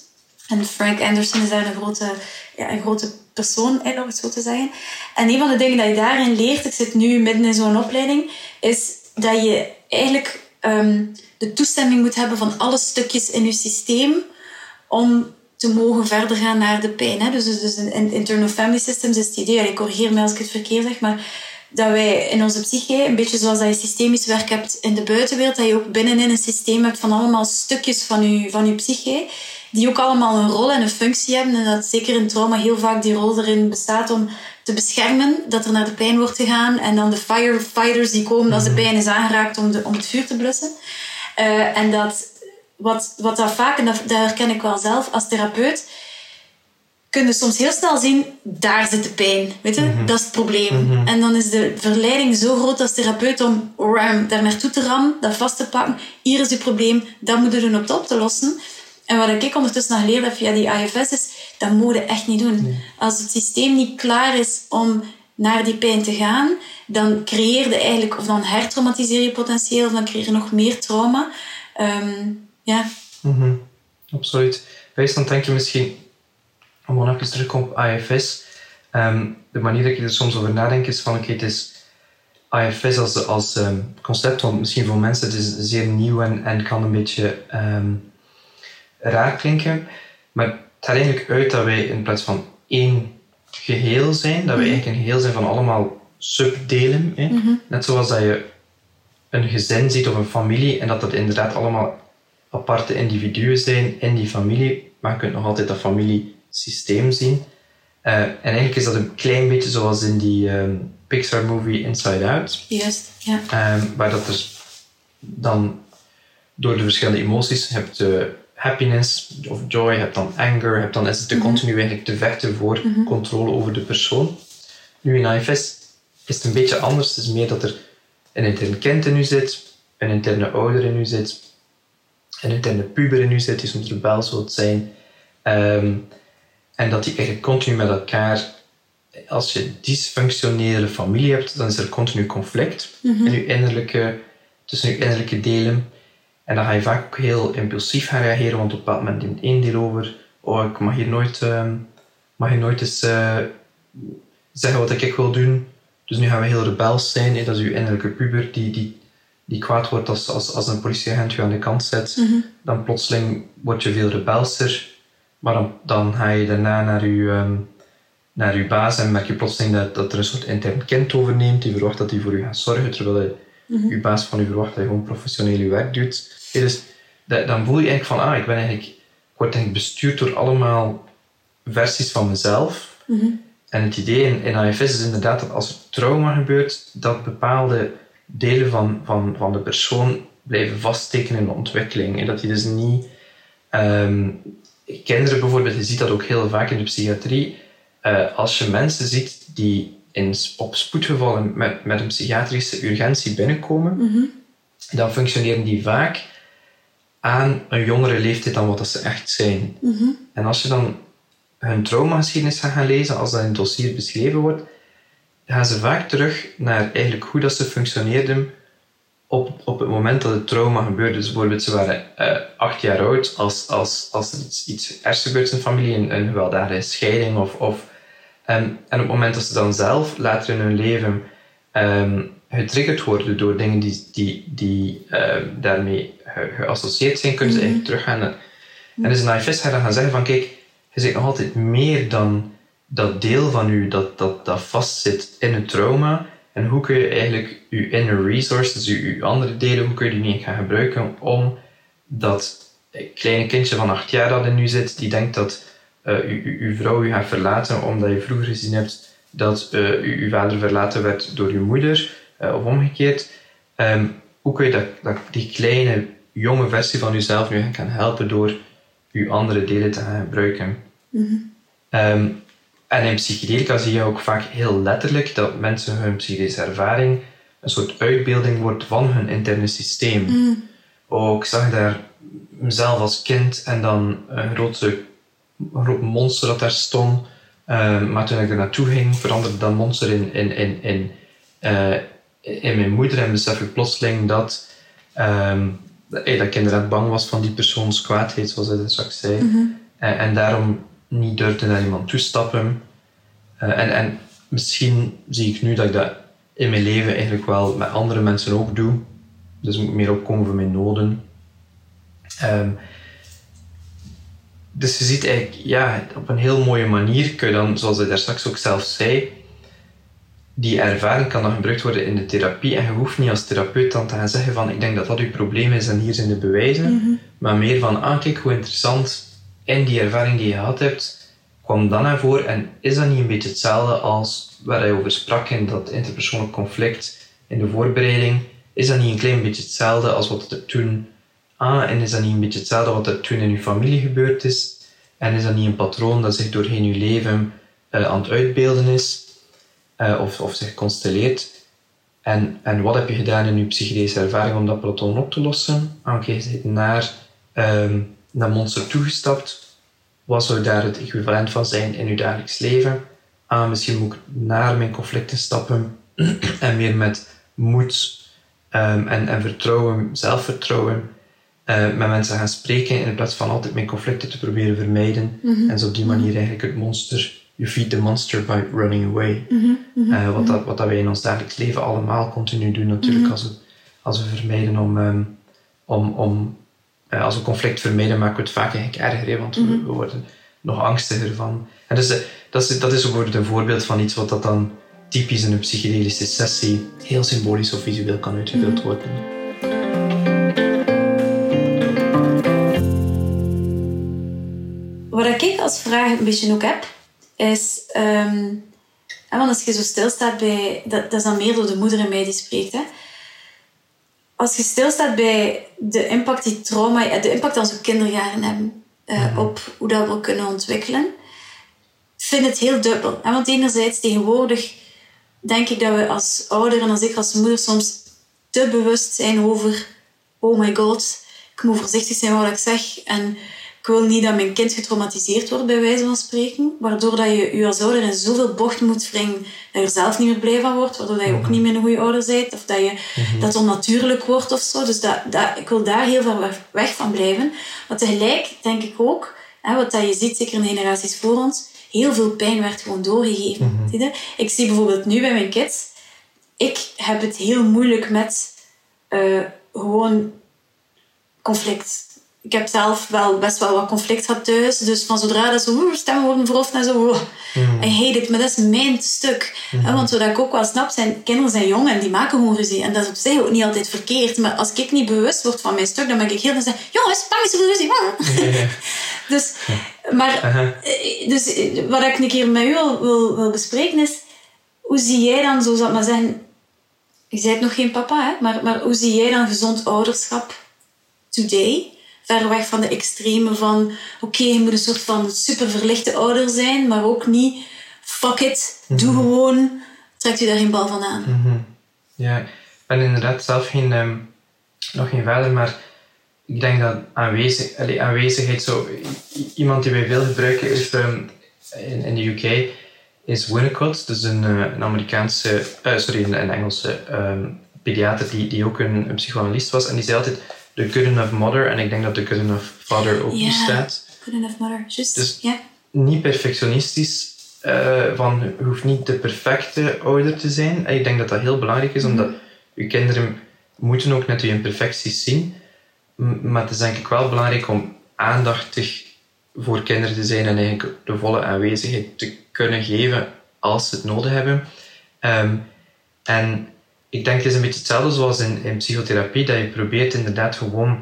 En Frank Anderson is daar een grote, ja, een grote persoon in, om het zo te zeggen. En een van de dingen dat je daarin leert, ik zit nu midden in zo'n opleiding, is dat je eigenlijk um, de toestemming moet hebben van alle stukjes in je systeem om te mogen verder gaan naar de pijn. Hè? Dus, dus in Internal Family Systems is het idee, ik corrigeer me als ik het verkeerd zeg, maar dat wij in onze psyche, een beetje zoals dat je systemisch werk hebt in de buitenwereld, dat je ook binnenin een systeem hebt van allemaal stukjes van je, van je psyche, die ook allemaal een rol en een functie hebben. En dat zeker in trauma heel vaak die rol erin bestaat om te beschermen, dat er naar de pijn wordt gegaan. En dan de firefighters die komen als de pijn is aangeraakt om, de, om het vuur te blussen. Uh, en dat, wat, wat dat vaak, en dat, dat herken ik wel zelf als therapeut, kun je soms heel snel zien, daar zit de pijn. Weet je? Mm-hmm. Dat is het probleem. Mm-hmm. En dan is de verleiding zo groot als therapeut om ram, daar naartoe te rammen, dat vast te pakken. Hier is het probleem, dat moet je doen om het op te lossen. En wat ik ondertussen nog geleerd heb via die I F S is, dat moet je echt niet doen. Nee. Als het systeem niet klaar is om naar die pijn te gaan, dan creëer je eigenlijk, of dan hertraumatiseer je potentieel, of dan creëer je nog meer trauma. Um, ja. Mm-hmm. Absoluut. Bijstand denk je misschien, om nog even terug te komen op I F S, um, de manier dat ik er soms over nadenk is van, oké, okay, het is I F S als, als um, concept, want misschien voor mensen het is zeer nieuw en, en kan een beetje um, raar klinken, maar het gaat eigenlijk uit dat wij in plaats van één geheel zijn, dat wij eigenlijk een geheel zijn van allemaal subdelen. Hè? Mm-hmm. Net zoals dat je een gezin ziet of een familie en dat dat inderdaad allemaal aparte individuen zijn in die familie, maar je kunt nog altijd dat familiesysteem zien. Uh, en eigenlijk is dat een klein beetje zoals in die um, Pixar-movie Inside Out. Juist, ja. Um, waar dat er dan door de verschillende emoties, je hebt uh, happiness of joy, je hebt dan anger, je hebt dan is het te mm-hmm. continu eigenlijk te vechten voor mm-hmm. controle over de persoon. Nu in I F S is het een beetje anders. Het is meer dat er een interne kind in u zit, een interne ouder in u zit, een interne puber in u zit, die soms rebel zult zijn. Um, en dat die eigenlijk continu met elkaar, als je dysfunctionele familie hebt, dan is er continu conflict mm-hmm. in je innerlijke, tussen je innerlijke delen. En dan ga je vaak ook heel impulsief gaan reageren, want op een bepaald moment neemt één deel over. Oh, ik mag hier nooit, uh, mag hier nooit eens uh, zeggen wat ik wil doen. Dus nu gaan we heel rebels zijn. Hè? Dat is uw innerlijke puber die, die, die kwaad wordt als, als, als een politieagent je aan de kant zet. Mm-hmm. Dan plotseling word je veel rebelser. Maar dan, dan ga je daarna naar je, um, naar je baas en merk je plotseling dat, dat er een soort intern kind overneemt. Die verwacht dat hij voor je gaat zorgen, terwijl je, mm-hmm. je baas van je verwacht dat je gewoon professioneel je werk doet. Ja, dus dat, dan voel je eigenlijk van, ah, ik ben eigenlijk, ik word eigenlijk bestuurd door allemaal versies van mezelf. Mm-hmm. En het idee in, in I F S is inderdaad dat als er trauma gebeurt, dat bepaalde delen van, van, van de persoon blijven vaststeken in de ontwikkeling. En dat die dus niet... Um, kinderen bijvoorbeeld, je ziet dat ook heel vaak in de psychiatrie. Uh, als je mensen ziet die in, op spoedgevallen met, met een psychiatrische urgentie binnenkomen, mm-hmm. dan functioneren die vaak aan een jongere leeftijd dan wat dat ze echt zijn. Mm-hmm. En als je dan hun traumageschiedenis gaat gaan lezen, als dat in het dossier beschreven wordt, gaan ze vaak terug naar eigenlijk hoe dat ze functioneerden op, op het moment dat het trauma gebeurde. Dus bijvoorbeeld, ze waren uh, acht jaar oud als, als, als er iets, iets ergs gebeurt in de familie, een, een gewelddadige scheiding. Of, of, um, en op het moment dat ze dan zelf later in hun leven um, getriggerd worden door dingen die, die, die uh, daarmee ge- geassocieerd zijn, kunnen ze eigenlijk teruggaan. Naar, en dus in I F S ga je dan gaan zeggen van, kijk, je zit nog altijd meer dan dat deel van u dat, dat, dat vastzit in het trauma. En hoe kun je eigenlijk je inner resources, je, je andere delen, hoe kun je die niet gaan gebruiken om dat kleine kindje van acht jaar dat in u zit, die denkt dat uh, uw vrouw u gaat verlaten omdat je vroeger gezien hebt dat uh, uw vader verlaten werd door uw moeder, uh, of omgekeerd. Um, hoe kun je dat, dat, die kleine, jonge versie van jezelf nu gaan helpen door je andere delen te gaan gebruiken? Mm-hmm. Um, en in psychedelica zie je ook vaak heel letterlijk dat mensen hun psychedelische ervaring een soort uitbeelding wordt van hun interne systeem. Mm. Oh, ik zag daar mezelf als kind en dan een grote, groot monster dat daar stond. Uh, maar toen ik er naartoe ging, veranderde dat monster in, in, in, in, uh, in mijn moeder en besef ik plotseling dat, um, dat ik inderdaad bang was van die persoons kwaadheid, zoals hij dat straks zei. Mm-hmm. En, en daarom niet durfde naar iemand toestappen. Uh, en, en misschien zie ik nu dat ik dat in mijn leven eigenlijk wel met andere mensen ook doe. Dus ik moet meer opkomen voor mijn noden. Um, dus je ziet eigenlijk, ja, op een heel mooie manier kun je dan, zoals ik daar straks ook zelf zei, die ervaring kan dan gebruikt worden in de therapie. En je hoeft niet als therapeut dan te gaan zeggen van ik denk dat dat uw probleem is en hier zijn de bewijzen. Mm-hmm. Maar meer van, ah kijk hoe interessant in die ervaring die je gehad hebt, kwam dan naar voren. En is dat niet een beetje hetzelfde als waar je over sprak in dat interpersoonlijk conflict in de voorbereiding? Is dat niet een klein beetje hetzelfde als wat er toen... Ah, en is dat niet een beetje hetzelfde wat er toen in uw familie gebeurd is? En is dat niet een patroon dat zich doorheen uw leven uh, aan het uitbeelden is? Uh, of, of zich constelleert? En, en wat heb je gedaan in uw psychedelische ervaring om dat patroon op te lossen? Ah, oké, je bent naar um, dat monster toegestapt. Wat zou daar het equivalent van zijn in uw dagelijks leven? Ah, misschien moet ik naar mijn conflicten stappen en meer met moed um, en, en vertrouwen, zelfvertrouwen uh, met mensen gaan spreken in plaats van altijd mijn conflicten te proberen vermijden. Mm-hmm. En zo op die manier eigenlijk het monster, you feed the monster by running away. Mm-hmm. Uh, wat, dat, wat dat wij in ons dagelijks leven allemaal continu doen natuurlijk. Mm-hmm. als, we, als we vermijden om, um, om, om uh, als we conflict vermijden maken we het vaak eigenlijk erger, hè, want mm-hmm. we, we worden nog angstiger van. En dus, uh, dat, is, dat is bijvoorbeeld een voorbeeld van iets wat dat dan typisch in een psychedelische sessie heel symbolisch of visueel kan uitgebeeld worden. Wat ik als vraag een beetje ook heb, is... Um, want als je zo stilstaat bij... Dat, dat is dan meer door de moeder in mij die spreekt. Hè. Als je stilstaat bij de impact die trauma... De impact die onze kinderjaren hebben uh, mm-hmm. op hoe dat we kunnen ontwikkelen, vind het heel dubbel. Hè. Want enerzijds tegenwoordig denk ik dat we als ouder en als ik als moeder soms te bewust zijn over oh my god, ik moet voorzichtig zijn wat ik zeg en ik wil niet dat mijn kind getraumatiseerd wordt bij wijze van spreken, waardoor dat je je als ouder in zoveel bocht moet wringen dat je er zelf niet meer blij van wordt, waardoor dat je ook niet meer een goede ouder bent of dat, je, mm-hmm. dat het onnatuurlijk wordt of zo. Dus dat, dat, ik wil daar heel ver weg van blijven. Maar tegelijk denk ik ook, hè, wat dat je ziet, zeker in de generaties voor ons, heel veel pijn werd gewoon doorgegeven. Mm-hmm. Zie je? Ik zie bijvoorbeeld nu bij mijn kids, ik heb het heel moeilijk met uh, gewoon conflict. Ik heb zelf wel best wel wat conflict gehad thuis, dus van zodra dat zo stemmen worden verhoofd en zo, mm-hmm. I hate it, maar dat is mijn stuk. Mm-hmm. Want wat ik ook wel snap, zijn kinderen zijn jong en die maken gewoon ruzie. En dat is op zich ook niet altijd verkeerd, maar als ik niet bewust word van mijn stuk, dan ben ik heel veel zeggen, jongens, maak niet zoveel ruzie. Ja, ja. Dus, maar, uh-huh. dus wat ik een keer met u wil, wil, wil bespreken is, hoe zie jij dan, zo zal ik maar zeggen, je bent nog geen papa, hè, maar, maar hoe zie jij dan gezond ouderschap today? Ver weg van de extreme van, oké, okay, je moet een soort van super verlichte ouder zijn, maar ook niet, fuck it, mm-hmm. doe gewoon, trekt u daar geen bal van aan. Mm-hmm. Ja, ik ben inderdaad zelf geen, um, nog geen vader, maar ik denk dat aanwezig, allee, aanwezigheid zo... Iemand die wij veel gebruiken is, um, in, in de U K is Winnicott, dus een, uh, een Amerikaanse... Uh, sorry, een, een Engelse um, pediater die, die ook een, een psychoanalist was. En die zei altijd, the good enough mother. En ik denk dat the good enough father ook yeah, bestaat. Good enough mother, juist. Dus yeah. niet perfectionistisch. Uh, van, je hoeft niet de perfecte ouder te zijn. En ik denk dat dat heel belangrijk is, mm-hmm. omdat je kinderen moeten ook net je imperfecties zien. Maar het is denk ik wel belangrijk om aandachtig voor kinderen te zijn en eigenlijk de volle aanwezigheid te kunnen geven als ze het nodig hebben. Um, en ik denk het is een beetje hetzelfde zoals in, in psychotherapie, dat je probeert inderdaad gewoon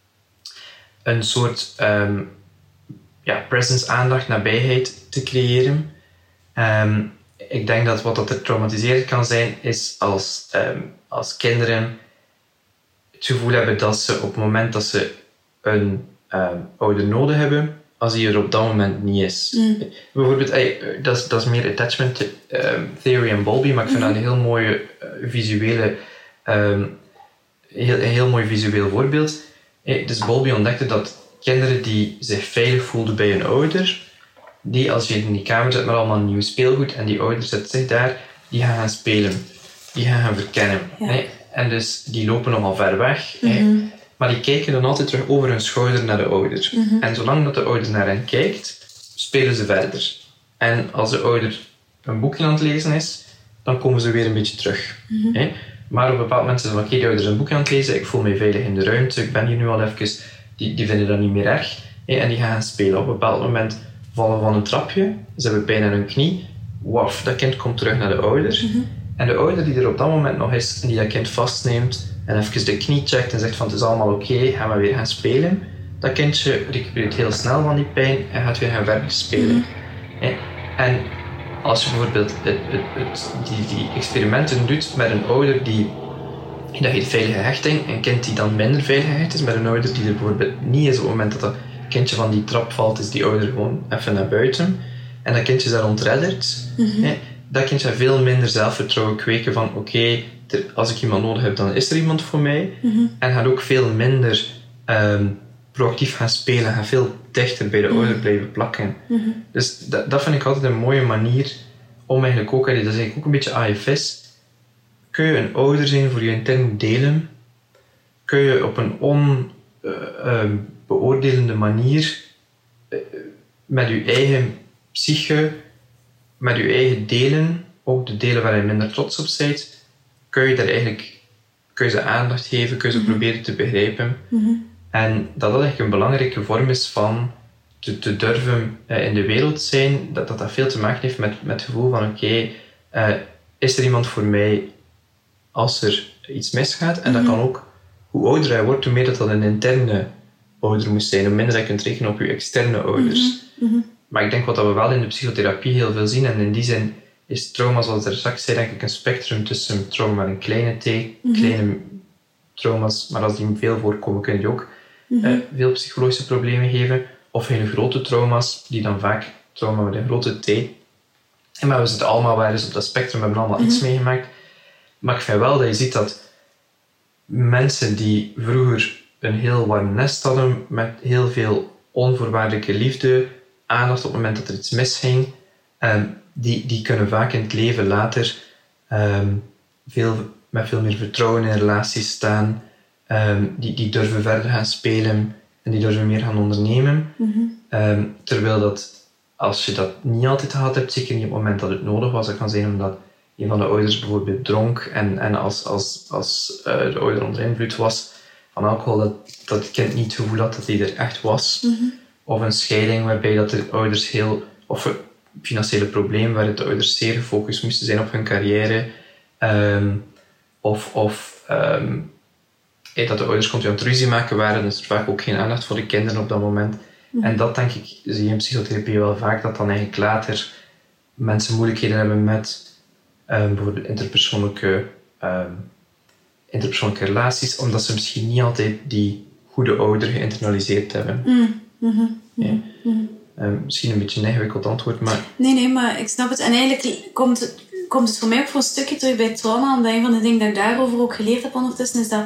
een soort um, ja, presence, aandacht, nabijheid te creëren. Um, ik denk dat wat dat er traumatiserend kan zijn, is als, um, als kinderen het gevoel hebben dat ze op het moment dat ze een um, ouder nodig hebben, als die er op dat moment niet is. Mm. Bijvoorbeeld, ey, dat, is, dat is meer attachment um, theory en Bowlby, maar ik vind mm. dat een heel mooie uh, visuele, um, heel, een heel mooi visueel voorbeeld. Hey, dus Bowlby ontdekte dat kinderen die zich veilig voelden bij een ouder, die als je in die kamer zit met allemaal nieuw speelgoed en die ouder zet zich daar, die gaan gaan spelen. Die gaan gaan verkennen. Ja. Hey. En dus die lopen nogal ver weg. Mm-hmm. Hey. maar die kijken dan altijd terug over hun schouder naar de ouder. Mm-hmm. En zolang dat de ouder naar hen kijkt, spelen ze verder. En als de ouder een boekje aan het lezen is, dan komen ze weer een beetje terug. Mm-hmm. Hè? Maar op een bepaald moment zeggen ze, oké, de ouder is een boekje aan het lezen, ik voel mij veilig in de ruimte, ik ben hier nu al even, die, die vinden dat niet meer erg. Hè? En die gaan spelen. Op een bepaald moment vallen van een trapje, ze hebben pijn aan hun knie, waf, dat kind komt terug naar de ouder. Mm-hmm. En de ouder die er op dat moment nog is, en die dat kind vastneemt, en even de knie checkt en zegt van het is allemaal oké, okay, gaan we weer gaan spelen. Dat kindje recupereert heel snel van die pijn en gaat weer gaan verder spelen. Mm-hmm. En als je bijvoorbeeld het, het, het, die, die experimenten doet met een ouder die, dat heet veilige hechting, een kind die dan minder veilig gehecht is, met een ouder die er bijvoorbeeld niet is op het moment dat dat kindje van die trap valt, is die ouder gewoon even naar buiten. En dat kindje is daar ontredderd. Mm-hmm. Hè, dat kindje gaat veel minder zelfvertrouwen kweken van oké, okay, als ik iemand nodig heb, dan is er iemand voor mij. Mm-hmm. En gaat ook veel minder um, proactief gaan spelen, gaat veel dichter bij de mm-hmm. ouder blijven plakken. Mm-hmm. Dus dat, dat vind ik altijd een mooie manier om eigenlijk ook, dat is eigenlijk ook een beetje A F S, kun je een ouder zijn voor je interne delen, kun je op een onbeoordelende uh, uh, manier uh, met je eigen psyche, met je eigen delen, ook de delen waar je minder trots op bent, kun je daar eigenlijk kun je ze aandacht geven, kun je ze mm-hmm. proberen te begrijpen. Mm-hmm. En dat dat eigenlijk een belangrijke vorm is van te, te durven uh, in de wereld zijn, dat, dat dat veel te maken heeft met, met het gevoel van oké, okay, uh, is er iemand voor mij als er iets misgaat? En mm-hmm. dat kan ook, hoe ouder je wordt, hoe meer dat dat een interne ouder moet zijn, hoe minder dat je kunt rekenen op je externe ouders. Mm-hmm. Maar ik denk wat we wel in de psychotherapie heel veel zien, en in die zin is trauma, zoals er straks zei, denk ik een spectrum tussen trauma met een kleine t, mm-hmm. kleine trauma's, maar als die veel voorkomen, kun je ook mm-hmm. uh, veel psychologische problemen geven, of hele grote trauma's, die dan vaak trauma met een grote t. En maar we zitten allemaal wel eens op dat spectrum, we hebben allemaal mm-hmm. iets meegemaakt. Maar ik vind wel dat je ziet dat mensen die vroeger een heel warm nest hadden, met heel veel onvoorwaardelijke liefde, aandacht op het moment dat er iets misging, um, die, die kunnen vaak in het leven later um, veel, met veel meer vertrouwen in relaties staan, um, die, die durven verder gaan spelen en die durven meer gaan ondernemen. Mm-hmm. Um, terwijl dat, als je dat niet altijd gehad hebt, zeker niet op het moment dat het nodig was, dat kan zijn omdat een van de ouders bijvoorbeeld dronk en, en als, als, als uh, de ouder onder invloed was van alcohol, dat, dat het kind niet het gevoel had dat hij er echt was. Mm-hmm. Of een scheiding waarbij dat de ouders heel, of een financiële probleem waar de ouders zeer gefocust moesten zijn op hun carrière. Um, of of um, hey, dat de ouders continu aan het ruzie maken waren, dus er vaak ook geen aandacht voor de kinderen op dat moment. Mm-hmm. En dat denk ik, zie je in psychotherapie wel vaak, dat dan eigenlijk later mensen moeilijkheden hebben met um, bijvoorbeeld interpersoonlijke, um, interpersoonlijke relaties, omdat ze misschien niet altijd die goede ouder geïnternaliseerd hebben. Mm. Mm-hmm. Ja. Mm-hmm. Um, misschien een beetje een ingewikkeld antwoord, maar... Nee, nee, maar ik snap het. En eigenlijk komt het, komt het voor mij ook voor een stukje terug bij trauma, omdat een van de dingen dat ik daarover ook geleerd heb ondertussen, is dat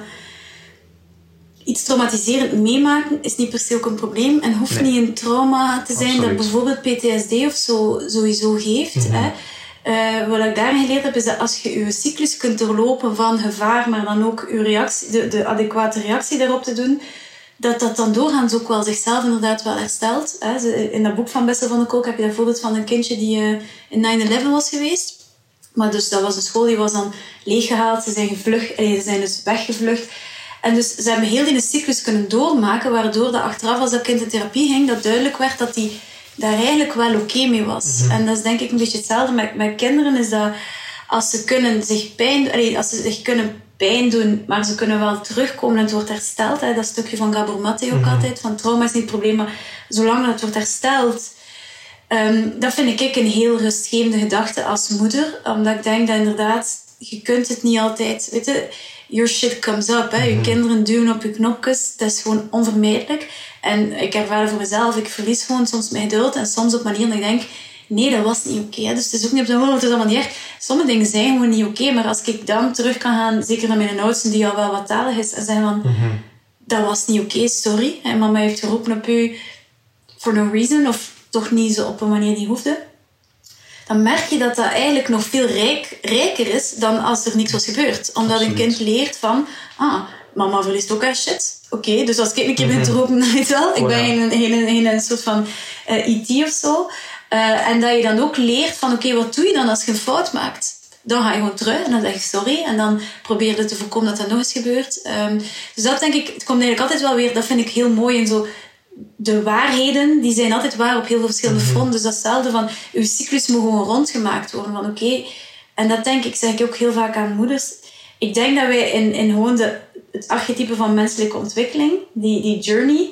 iets traumatiserend meemaken is niet per se ook een probleem en hoeft nee. niet een trauma te zijn Absoluut. Dat bijvoorbeeld P T S D of zo sowieso geeft. Mm-hmm. Hè. Uh, wat ik daarin geleerd heb, is dat als je je cyclus kunt doorlopen van gevaar, maar dan ook je reactie, de, de adequate reactie daarop te doen, dat dat dan doorgaans ook wel zichzelf inderdaad wel herstelt. In dat boek van Bessel van der Kolk heb je dat voorbeeld van een kindje die in nine eleven was geweest. Maar dus dat was een school, die was dan leeggehaald. Ze zijn gevlucht, ze zijn dus weggevlucht. En dus ze hebben heel die cyclus kunnen doormaken, waardoor dat achteraf als dat kind in therapie ging, dat duidelijk werd dat die daar eigenlijk wel oké okay mee was. Mm-hmm. En dat is denk ik een beetje hetzelfde met, met kinderen, is dat als ze kunnen zich pijn, allee, als ze zich kunnen pijn doen, maar ze kunnen wel terugkomen en het wordt hersteld. Hè. Dat stukje van Gabor Maté ook mm-hmm. altijd, van trauma is niet het probleem, maar zolang dat het wordt hersteld, um, dat vind ik een heel rustgevende gedachte als moeder, omdat ik denk dat inderdaad, je kunt het niet altijd, weet je, your shit comes up, hè. Mm-hmm. Je kinderen duwen op je knopjes, dat is gewoon onvermijdelijk. En ik ervaar voor mezelf, ik verlies gewoon soms mijn geduld en soms op manier dat ik denk, nee, dat was niet oké. Okay. Dus het is ook niet op de moment, het is allemaal niet erg. Sommige dingen zijn gewoon niet oké, okay, maar als ik dan terug kan gaan, zeker naar mijn oudste, die al wel wat talig is, en zeggen van, mm-hmm. dat was niet oké, okay, sorry. En mama heeft geroepen op u for no reason, of toch niet zo op een manier die hoefde. Dan merk je dat dat eigenlijk nog veel rijk, rijker is dan als er niks was gebeurd. Omdat Absoluut. Een kind leert van, ah, mama verliest ook haar shit. Oké, okay, dus als ik een keer begin te roken, dan weet je wel. Ik oh, ben ja. geen, geen, geen een soort van uh, E T of zo. Uh, en dat je dan ook leert van, oké, okay, wat doe je dan als je een fout maakt? Dan ga je gewoon terug en dan zeg je sorry. En dan probeer je te voorkomen dat dat nog eens gebeurt. Um, dus dat denk ik, het komt eigenlijk altijd wel weer, dat vind ik heel mooi. En zo, de waarheden, die zijn altijd waar op heel veel verschillende mm-hmm. fronten. Dus datzelfde van, uw cyclus moet gewoon rondgemaakt worden. Van oké, okay, en dat denk ik, zeg ik ook heel vaak aan moeders. Ik denk dat wij in, in gewoon de, het archetype van menselijke ontwikkeling, die, die journey,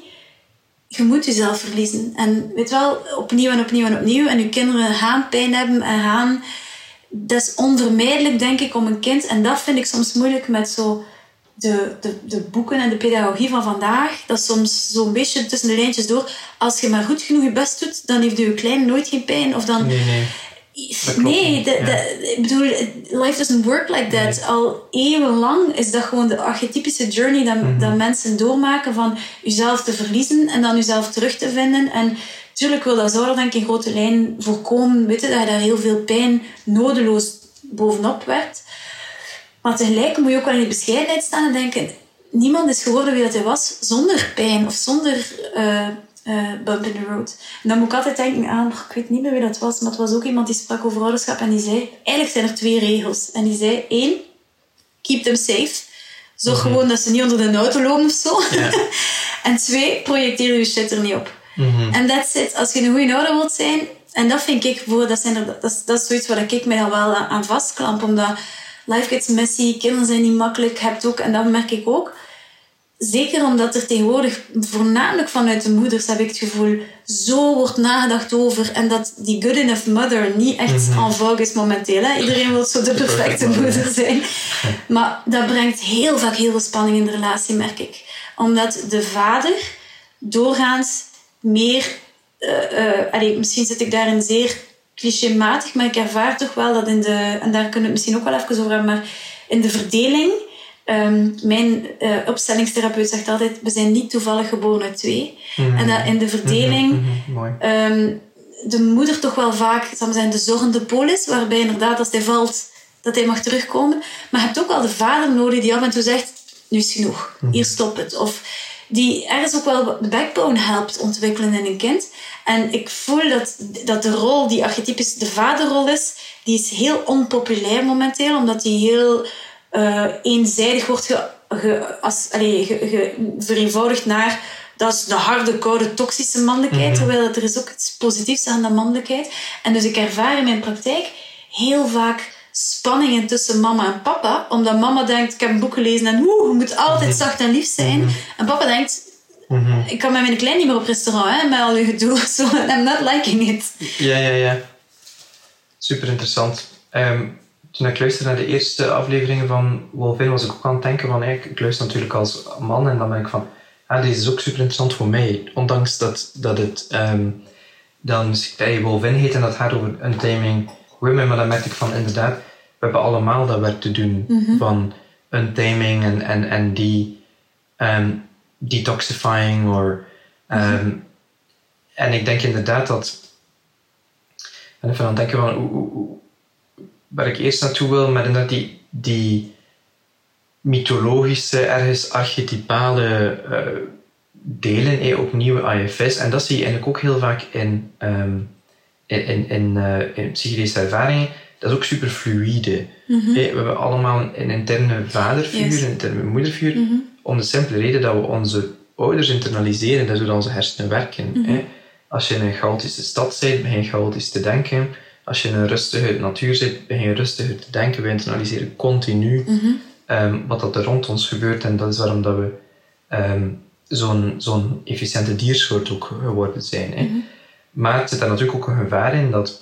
je moet jezelf verliezen. En weet wel, opnieuw en opnieuw en opnieuw. En je kinderen gaan pijn hebben en gaan... Dat is onvermijdelijk, denk ik, om een kind... En dat vind ik soms moeilijk met zo de, de, de boeken en de pedagogie van vandaag. Dat is soms zo'n beetje tussen de lijntjes door. Als je maar goed genoeg je best doet, dan heeft je klein nooit geen pijn. Of dan... Nee, nee. Nee, de, de, ik bedoel, life doesn't work like that. Nee. Al eeuwenlang is dat gewoon de archetypische journey dat, mm-hmm. dat mensen doormaken van jezelf te verliezen en dan jezelf terug te vinden. En natuurlijk wil dat zorgen, denk ik, in grote lijn voorkomen, weet je, dat je daar heel veel pijn nodeloos bovenop werkt. Maar tegelijk moet je ook wel in de bescheidenheid staan en denken, niemand is geworden wie dat hij was zonder pijn of zonder... Uh, Uh, bump in the road. En dan moet ik altijd denken aan, ik weet niet meer wie dat was, maar het was ook iemand die sprak over ouderschap en die zei, eigenlijk zijn er twee regels. En die zei, één, keep them safe. Zorg mm-hmm. gewoon dat ze niet onder de auto lopen of zo. Yeah. En twee, projecteer je shit er niet op. Mm-hmm. En that's it. Als je een goede ouder wilt zijn, en dat vind ik, voor, dat, zijn er, dat, is, dat is zoiets waar ik mij dan wel aan, aan vastklamp, omdat life gets messy, kinderen zijn niet makkelijk, hebt ook, en dat merk ik ook. Zeker omdat er tegenwoordig, voornamelijk vanuit de moeders, heb ik het gevoel, zo wordt nagedacht over. En dat die good enough mother niet echt mm-hmm. en vogue is momenteel. Hè? Iedereen wil zo de perfecte moeder zijn. Maar dat brengt heel vaak heel veel spanning in de relatie, merk ik. Omdat de vader doorgaans meer... Uh, uh, allez, misschien zit ik daarin zeer clichématig, maar ik ervaar toch wel dat in de... En daar kunnen we het misschien ook wel even over hebben, maar in de verdeling... Um, mijn uh, opstellingstherapeut zegt altijd, we zijn niet toevallig geboren uit twee. Mm-hmm. En dat in de verdeling mm-hmm. um, de moeder toch wel vaak, zal maar zeggen, de zorgende pool is, waarbij inderdaad als hij valt, dat hij mag terugkomen. Maar je hebt ook wel de vader nodig die af en toe zegt, nu is genoeg, mm-hmm. hier stop het. Of die ergens ook wel de backbone helpt ontwikkelen in een kind. En ik voel dat, dat de rol die archetypisch de vaderrol is, die is heel onpopulair momenteel, omdat die heel... Uh, eenzijdig wordt ge, ge, als, allez, ge, ge, vereenvoudigd naar dat is de harde, koude, toxische mannelijkheid, mm-hmm. terwijl er is ook iets positiefs aan de mannelijkheid. En dus ik ervaar in mijn praktijk heel vaak spanningen tussen mama en papa, omdat mama denkt, ik heb een boek gelezen en woe, je moet altijd mm-hmm. zacht en lief zijn. Mm-hmm. En papa denkt, mm-hmm. ik kan met mijn klein niet meer op restaurant, hè, met al je gedoe. So, I'm not liking it. Ja, ja, ja. Super interessant. Um, Toen ik luisterde naar de eerste afleveringen van Wolvin, was ik ook aan het denken van, ik, ik luister natuurlijk als man en dan ben ik van, ah, deze is ook super interessant voor mij. Ondanks dat, dat het um, dan hey, Wolvin heet en dat gaat over untaming women, maar dan merk ik van, inderdaad, we hebben allemaal dat werk te doen mm-hmm. van untaming en, en, en die um, detoxifying. Or, um, mm-hmm. En ik denk inderdaad dat, en even aan het denken van, hoe, hoe, hoe waar ik eerst naartoe wil, maar inderdaad die, die mythologische, ergens archetypale uh, delen, eh, opnieuw I F S. En dat zie je eigenlijk ook heel vaak in, um, in, in, in, uh, in psychedelische ervaringen. Dat is ook super fluïde. Mm-hmm. Eh, we hebben allemaal een interne vaderfiguur, yes. een interne moederfiguur, mm-hmm. om de simpele reden dat we onze ouders internaliseren, dat is hoe onze hersenen werken. Mm-hmm. Eh. Als je in een chaotische stad bent, begin je chaotisch te denken. Als je in een rustige natuur zit, begin je rustiger te denken. We internaliseren continu mm-hmm. um, wat dat er rond ons gebeurt. En dat is waarom dat we um, zo'n, zo'n efficiënte diersoort ook geworden zijn. Hè. Mm-hmm. Maar er zit daar natuurlijk ook een gevaar in dat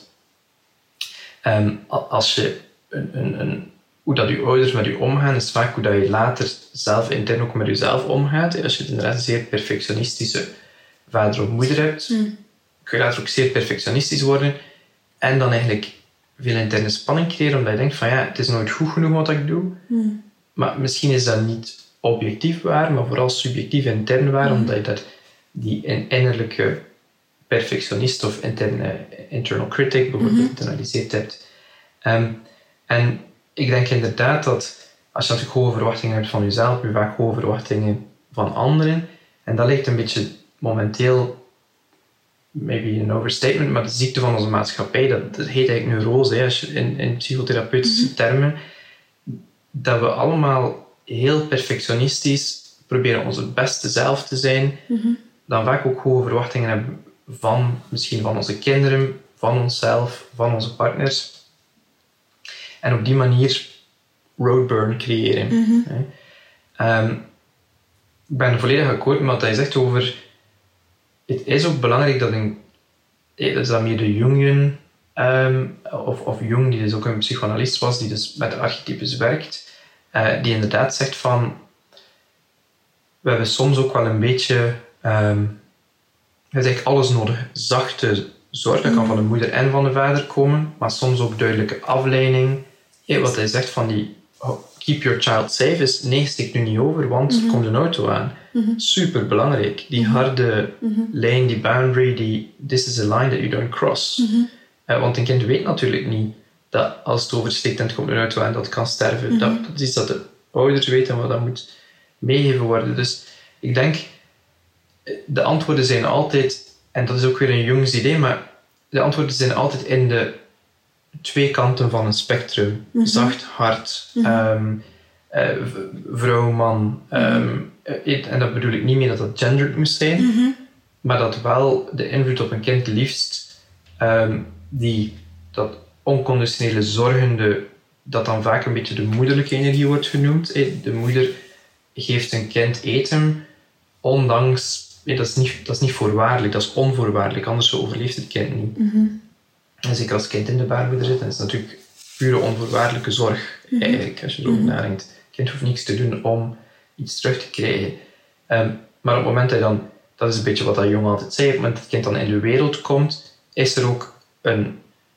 um, als je een, een, een, hoe dat je ouders met je omgaan, is vaak hoe dat je later zelf intern ook met jezelf omgaat. Als je inderdaad een zeer perfectionistische vader of moeder hebt, mm. kun je later ook zeer perfectionistisch worden. En dan eigenlijk veel interne spanning creëren, omdat je denkt van ja, het is nooit goed genoeg wat ik doe. Mm. Maar misschien is dat niet objectief waar, maar vooral subjectief intern waar, mm. omdat je dat die innerlijke perfectionist of interne internal critic bijvoorbeeld mm-hmm. internaliseerd hebt. Um, en ik denk inderdaad dat als je natuurlijk hoge verwachtingen hebt van jezelf, heb je vaak hoge verwachtingen van anderen. En dat lijkt een beetje momenteel, maybe een overstatement, maar de ziekte van onze maatschappij, dat, dat heet eigenlijk neurose, hè, als je in, in psychotherapeutische mm-hmm. termen, dat we allemaal heel perfectionistisch proberen onze beste zelf te zijn, mm-hmm. dan vaak ook hoge verwachtingen hebben van misschien van onze kinderen, van onszelf, van onze partners. En op die manier roadburn creëren. Mm-hmm. Um, ik ben volledig akkoord met wat hij zegt over... Het is ook belangrijk dat een... Dat is dan meer de Jungian, um, of, of Jung, die dus ook een psychoanalist was, die dus met de archetypes werkt, uh, die inderdaad zegt van... We hebben soms ook wel een beetje... Um, het is eigenlijk alles nodig. Zachte zorg, dat kan van de moeder en van de vader komen, maar soms ook duidelijke afleiding. Hey, wat hij zegt van die keep your child safe is, nee, steek nu niet over, want mm-hmm. er komt een auto aan. Mm-hmm. Super belangrijk. Die mm-hmm. harde mm-hmm. lijn, die boundary, die this is a line that you don't cross. Mm-hmm. Uh, want een kind weet natuurlijk niet dat als het oversteekt en het komt een auto aan, dat het kan sterven. Mm-hmm. Dat, dat is iets dat de ouders weten, maar dat moet meegegeven worden. Dus ik denk, de antwoorden zijn altijd, en dat is ook weer een Jungs idee, maar de antwoorden zijn altijd in de twee kanten van een spectrum. Mm-hmm. Zacht, hard, mm-hmm. um, uh, vrouw, man. Um, mm-hmm. En dat bedoel ik niet meer dat dat gendered moest zijn, mm-hmm. maar dat wel de invloed op een kind liefst, um, die, dat onconditionele zorgende, dat dan vaak een beetje de moederlijke energie wordt genoemd. De moeder geeft een kind eten, ondanks... Nee, dat, is niet, dat is niet voorwaardelijk, dat is onvoorwaardelijk, anders overleeft het kind niet. Mm-hmm. En zeker als het kind in de baarmoeder zit, dan is het natuurlijk pure onvoorwaardelijke zorg, mm-hmm. eigenlijk, als je erover mm-hmm. nadenkt. Het kind hoeft niks te doen om iets terug te krijgen. Um, maar op het moment dat je dan, dat is een beetje wat dat Jung altijd zei, op het moment dat het kind dan in de wereld komt, is er ook een,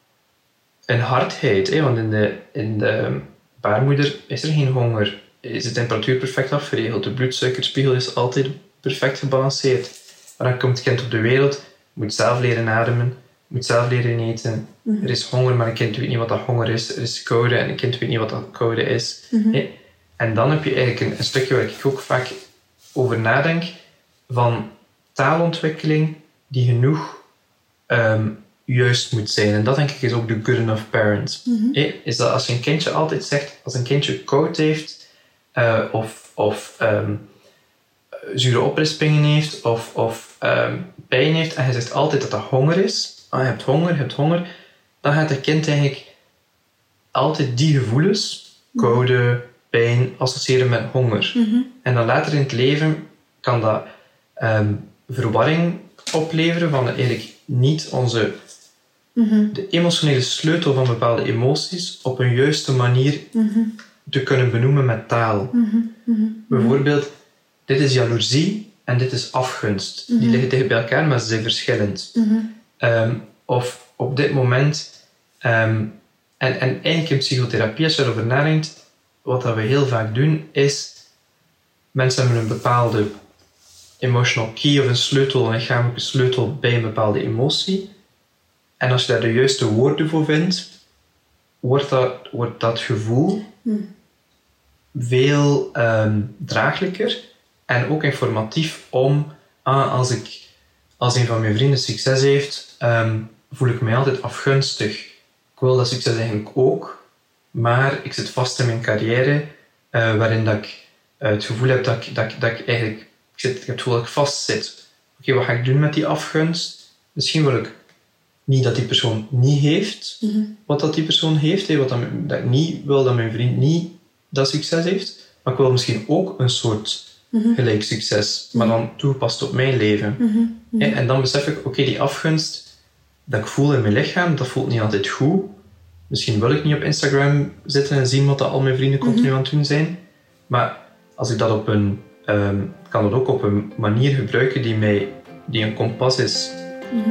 een hardheid. Hè? Want in de, in de baarmoeder is er geen honger, is de temperatuur perfect afgeregeld, de bloedsuikerspiegel is altijd perfect gebalanceerd. Maar dan komt het kind op de wereld, moet zelf leren ademen, moet zelf leren eten. Mm-hmm. Er is honger, maar een kind weet niet wat dat honger is. Er is koude en een kind weet niet wat dat koude is. Mm-hmm. Nee? En dan heb je eigenlijk een, een stukje waar ik ook vaak over nadenk, van taalontwikkeling die genoeg um, juist moet zijn. En dat denk ik is ook de good enough parent. Mm-hmm. Nee? Is dat als je een kindje altijd zegt, als een kindje koud heeft, uh, of... of um, zure oprispingen heeft of, of um, pijn heeft en je zegt altijd dat dat honger is, ah, je hebt honger, je hebt honger, dan gaat het kind eigenlijk altijd die gevoelens, koude, pijn, associëren met honger. Mm-hmm. En dan later in het leven kan dat um, verwarring opleveren van eigenlijk niet onze mm-hmm. de emotionele sleutel van bepaalde emoties op een juiste manier mm-hmm. te kunnen benoemen met taal. Mm-hmm. Mm-hmm. Bijvoorbeeld, dit is jaloezie en dit is afgunst. Mm-hmm. Die liggen tegen bij elkaar, maar ze zijn verschillend. Mm-hmm. Um, of op dit moment... Um, en, en eigenlijk in psychotherapie, als je erover nadenkt, wat dat we heel vaak doen, is... Mensen hebben een bepaalde emotional key of een sleutel, een lichamelijke sleutel bij een bepaalde emotie. En als je daar de juiste woorden voor vindt, wordt dat, wordt dat gevoel mm. veel um, draaglijker. En ook informatief om, ah, als, ik, als een van mijn vrienden succes heeft, um, voel ik mij altijd afgunstig. Ik wil dat succes eigenlijk ook, maar ik zit vast in mijn carrière, uh, waarin dat ik uh, het gevoel heb dat ik, dat, dat ik eigenlijk, ik, zit, ik heb het gevoel dat ik vast zit. Oké, okay, wat ga ik doen met die afgunst? Misschien wil ik niet dat die persoon niet heeft, mm-hmm. wat dat die persoon heeft, hè, wat dat, dat ik niet wil dat mijn vriend niet dat succes heeft, maar ik wil misschien ook een soort... Mm-hmm. gelijk succes, maar dan toegepast op mijn leven. Mm-hmm. Mm-hmm. En dan besef ik, oké, okay, die afgunst dat ik voel in mijn lichaam, dat voelt niet altijd goed. Misschien wil ik niet op Instagram zitten en zien wat dat al mijn vrienden continu mm-hmm. aan het doen zijn. Maar als ik dat op een... Um, kan dat ook op een manier gebruiken die, mij, die een kompas is. Mm-hmm.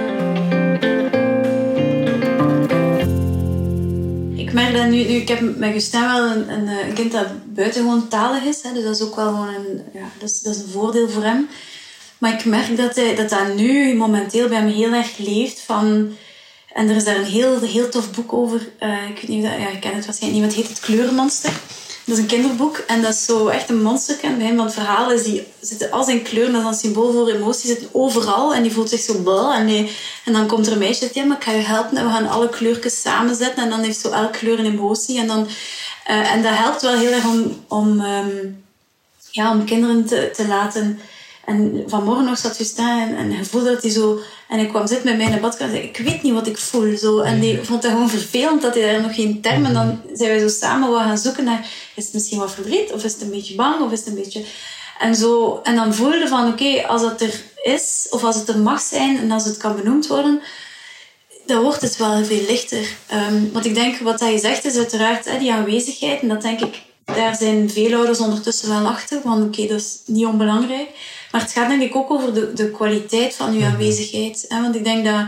Ik merk dat nu, nu ik heb met Gustin wel een, een, een kind dat buitengewoon talig is, hè, dus dat is ook wel gewoon een, ja, dat is, dat is een voordeel voor hem. Maar ik merk dat hij, dat, dat nu momenteel bij hem heel erg leeft van, en er is daar een heel, heel tof boek over, uh, ik weet niet of dat, ja, ik ken het waarschijnlijk niet, maar het heet Het Kleurenmonster. Dat is een kinderboek en dat is zo echt een monster. Aan het begin van het verhaal is die, zitten al zijn kleuren, dat is een symbool voor emoties, zitten overal en die voelt zich zo bal. En, die, en dan komt er een meisje, ja, maar ik ga je helpen en we gaan alle kleurtjes samenzetten en dan heeft zo elke kleur een emotie. En, dan, uh, en dat helpt wel heel erg om, om, um, ja, om kinderen te, te laten... En vanmorgen nog zat Justin en, en je voelde dat hij zo... En ik kwam zitten met mij in de badkamer en zei, ik weet niet wat ik voel. Zo. En die vond het gewoon vervelend dat hij daar nog geen termen... En dan zijn wij zo samen wat gaan zoeken naar... Is het misschien wat verdriet? Of is het een beetje bang? Of is het een beetje... En, zo, en dan voelde van, oké, okay, als het er is... Of als het er mag zijn en als het kan benoemd worden... Dan wordt het wel veel lichter. Um, want ik denk, wat je zegt is uiteraard hè, die aanwezigheid. En dat denk ik... Daar zijn veel ouders ondertussen wel achter. Want oké, okay, dat is niet onbelangrijk... Maar het gaat denk ik ook over de, de kwaliteit van je aanwezigheid. Hè? Want ik denk dat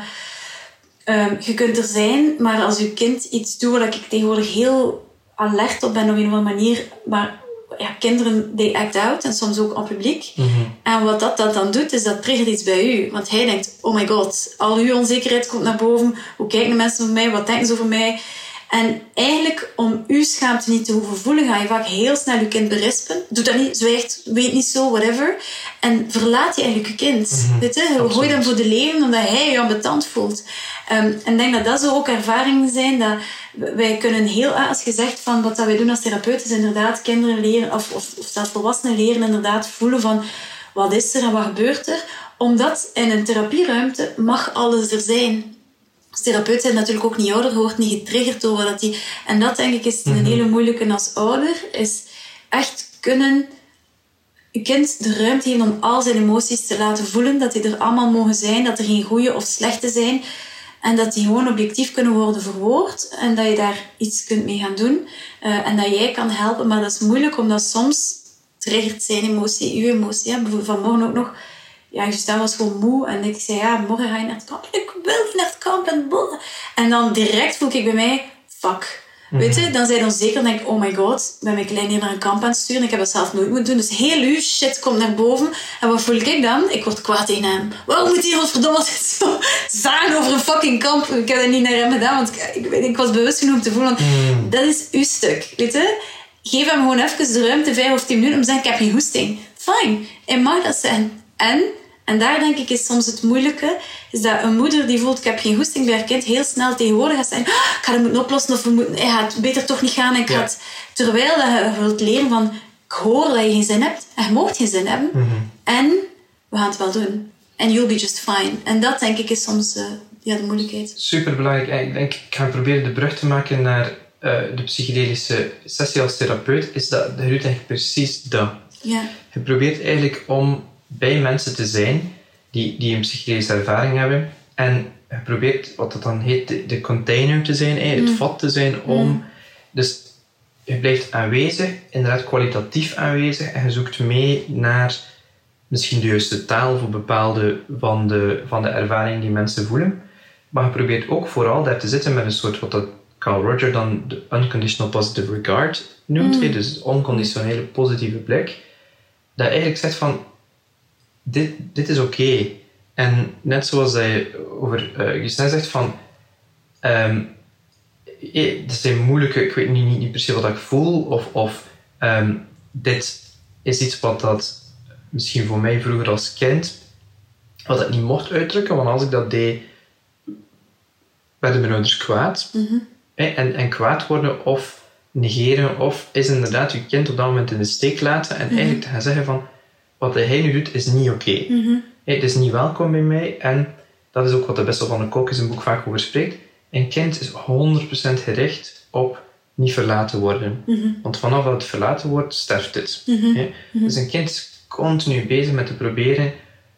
um, je kunt er zijn, maar als je kind iets doet waar ik tegenwoordig heel alert op ben op een of andere manier, maar ja, kinderen, they act out en soms ook op publiek. Mm-hmm. En wat dat, dat dan doet, is dat triggert iets bij u. Want hij denkt, oh my god, al uw onzekerheid komt naar boven. Hoe kijken de mensen over mij? Wat denken ze over mij? En eigenlijk, om uw schaamte niet te hoeven voelen, ga je vaak heel snel je kind berispen. Doe dat niet, zwijgt, weet niet zo, whatever. En verlaat je eigenlijk je kind. Mm-hmm. Weet je? Gooi hem voor de leven, omdat hij je ambetant voelt. Um, en ik denk dat dat zo ook ervaringen zijn, dat wij kunnen heel, als je zegt van wat dat wij doen als therapeut, is inderdaad kinderen leren, of, of, of zelfs volwassenen leren, inderdaad voelen van, wat is er en wat gebeurt er? Omdat in een therapieruimte mag alles er zijn. Als therapeut zijn natuurlijk ook niet ouder, je wordt niet getriggerd door wat die... En dat denk ik is een hele moeilijke als ouder, is echt kunnen je kind de ruimte geven om al zijn emoties te laten voelen, dat die er allemaal mogen zijn, dat er geen goede of slechte zijn, en dat die gewoon objectief kunnen worden verwoord, en dat je daar iets kunt mee gaan doen, uh, en dat jij kan helpen, maar dat is moeilijk, omdat soms triggert zijn emotie, uw emotie. Hè? Bijvoorbeeld vanmorgen ook nog, ja, Justin was gewoon moe. En ik zei, ja, morgen ga je naar het kamp. Ik wil niet naar het kamp. En, en dan direct voel ik bij mij, fuck. Mm-hmm. Weet je, dan zijn we onzeker. Dan denk ik, oh my god, ik ben mijn klein hier naar een kamp aan het sturen. Ik heb dat zelf nooit moeten doen. Dus heel uw shit komt naar boven. En wat voel ik dan? Ik word kwaad tegen hem. Waarom moet hij godverdomme altijd zo zagen over een fucking kamp? Ik heb dat niet naar hem gedaan, want ik, ik, ik was bewust genoeg om te voelen. Mm. Dat is uw stuk, weet je. Geef hem gewoon even de ruimte, vijf of tien minuten, om te zeggen, ik heb geen hoesting. Fine, hij mag dat zijn. En... En daar denk ik is soms het moeilijke, is dat een moeder die voelt, ik heb geen goesting bij haar kind, heel snel tegenwoordig gaat zijn, oh, ik ga dat moeten oplossen, of we moeten, hij gaat beter toch niet gaan. En ik ja. het, terwijl dat je wilt leren van, ik hoor dat je geen zin hebt, en je mag geen zin hebben, mm-hmm. en we gaan het wel doen. And you'll be just fine. En dat denk ik is soms uh, ja, de moeilijkheid. Superbelangrijk. Ik denk, ik ga proberen de brug te maken naar uh, de psychedelische sessie als therapeut, is dat, dat doet eigenlijk precies dat. Ja. Je probeert eigenlijk om bij mensen te zijn die, die een psychedelische ervaring hebben. En je probeert, wat dat dan heet, de, de container te zijn, het mm. vat te zijn om... Mm. Dus je blijft aanwezig, inderdaad kwalitatief aanwezig, en je zoekt mee naar misschien de juiste taal voor bepaalde van de, van de ervaringen die mensen voelen. Maar je probeert ook vooral daar te zitten met een soort, wat dat Carl Roger dan de unconditional positive regard noemt, mm. dus onconditionele positieve blik. Dat eigenlijk zegt van, dit, dit is oké. Okay. En net zoals hij over uh, Justin zegt van, um, dit zijn moeilijke, ik weet niet, niet, niet per se wat ik voel, of, of um, dit is iets wat dat misschien voor mij vroeger als kind, wat ik niet mocht uitdrukken, want als ik dat deed, werden mijn ouders kwaad. Mm-hmm. En, en kwaad worden of negeren, of is inderdaad je kind op dat moment in de steek laten en mm-hmm. eigenlijk te gaan zeggen van, wat hij nu doet is niet oké. Okay. Mm-hmm. Het is niet welkom bij mij, en dat is ook wat de Bessel van de Kolk in zijn boek vaak over spreekt. Een kind is honderd procent gericht op niet verlaten worden. Mm-hmm. Want vanaf dat het verlaten wordt, sterft het. Mm-hmm. Ja? Mm-hmm. Dus een kind is continu bezig met te proberen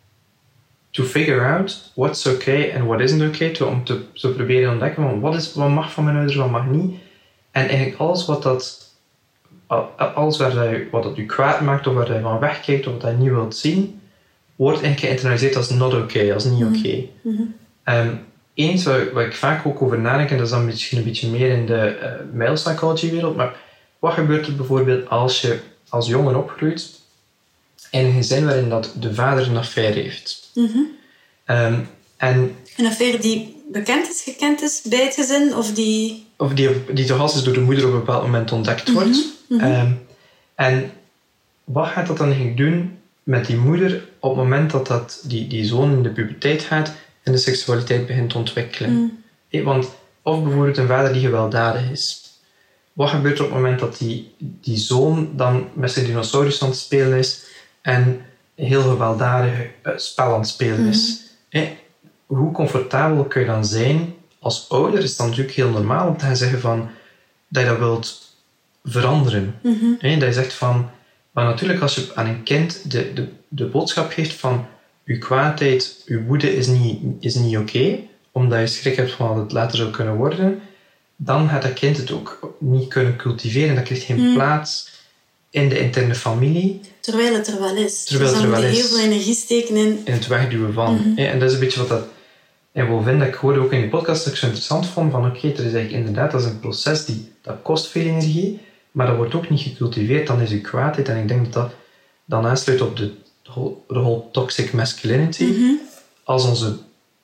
to figure out what's okay and what isn't okay, to, om te, te proberen te ontdekken van wat, is, wat mag van mijn ouders, wat mag niet. En eigenlijk alles wat dat, alles waar hij, wat dat u kwaad maakt, of waar hij van wegkijkt, of wat hij niet wilt zien, wordt eigenlijk geïnternaliseerd als not okay, als niet oké. Okay. Mm-hmm. Um, eens waar, waar ik vaak ook over nadenk, en dat is dan misschien een beetje meer in de uh, male psychology wereld, maar wat gebeurt er bijvoorbeeld als je als jongen opgroeit in een gezin waarin dat de vader een affaire heeft? Mm-hmm. Um, en een affaire die bekend is, gekend is bij het gezin, of die... Of die, die toch als is door de moeder op een bepaald moment ontdekt wordt. Mm-hmm. Mm-hmm. Um, en wat gaat dat dan eigenlijk doen met die moeder op het moment dat, dat die, die zoon in de puberteit gaat en de seksualiteit begint te ontwikkelen? Mm. Hey, want, of bijvoorbeeld een vader die gewelddadig is. Wat gebeurt er op het moment dat die, die zoon dan met zijn dinosaurus aan het spelen is en een heel gewelddadig uh, spel aan het spelen is? Mm-hmm. Hey, hoe comfortabel kun je dan zijn als ouder? Is het dan natuurlijk heel normaal om te gaan zeggen van, dat je dat wilt veranderen. Mm-hmm. Hey, dat je zegt van, maar natuurlijk als je aan een kind de, de, de boodschap geeft van, uw kwaadheid, uw woede is niet, is niet oké, okay, omdat je schrik hebt van wat het later zou kunnen worden, dan gaat dat kind het ook niet kunnen cultiveren. Dat krijgt geen mm. plaats in de interne familie. Terwijl het er wel is. Terwijl dus het er dan wel moet is. je heel veel energie steken in... In het wegduwen van. Mm-hmm. En dat is een beetje wat dat... En Wolvin, dat ik hoorde ook in die podcast, dat ik zo interessant vond, van oké, okay, er is eigenlijk inderdaad, dat is een proces, die, dat kost veel energie, maar dat wordt ook niet gecultiveerd, dan is je kwaadheid. En ik denk dat dat dan aansluit op de, de whole toxic masculinity. Mm-hmm. Als onze,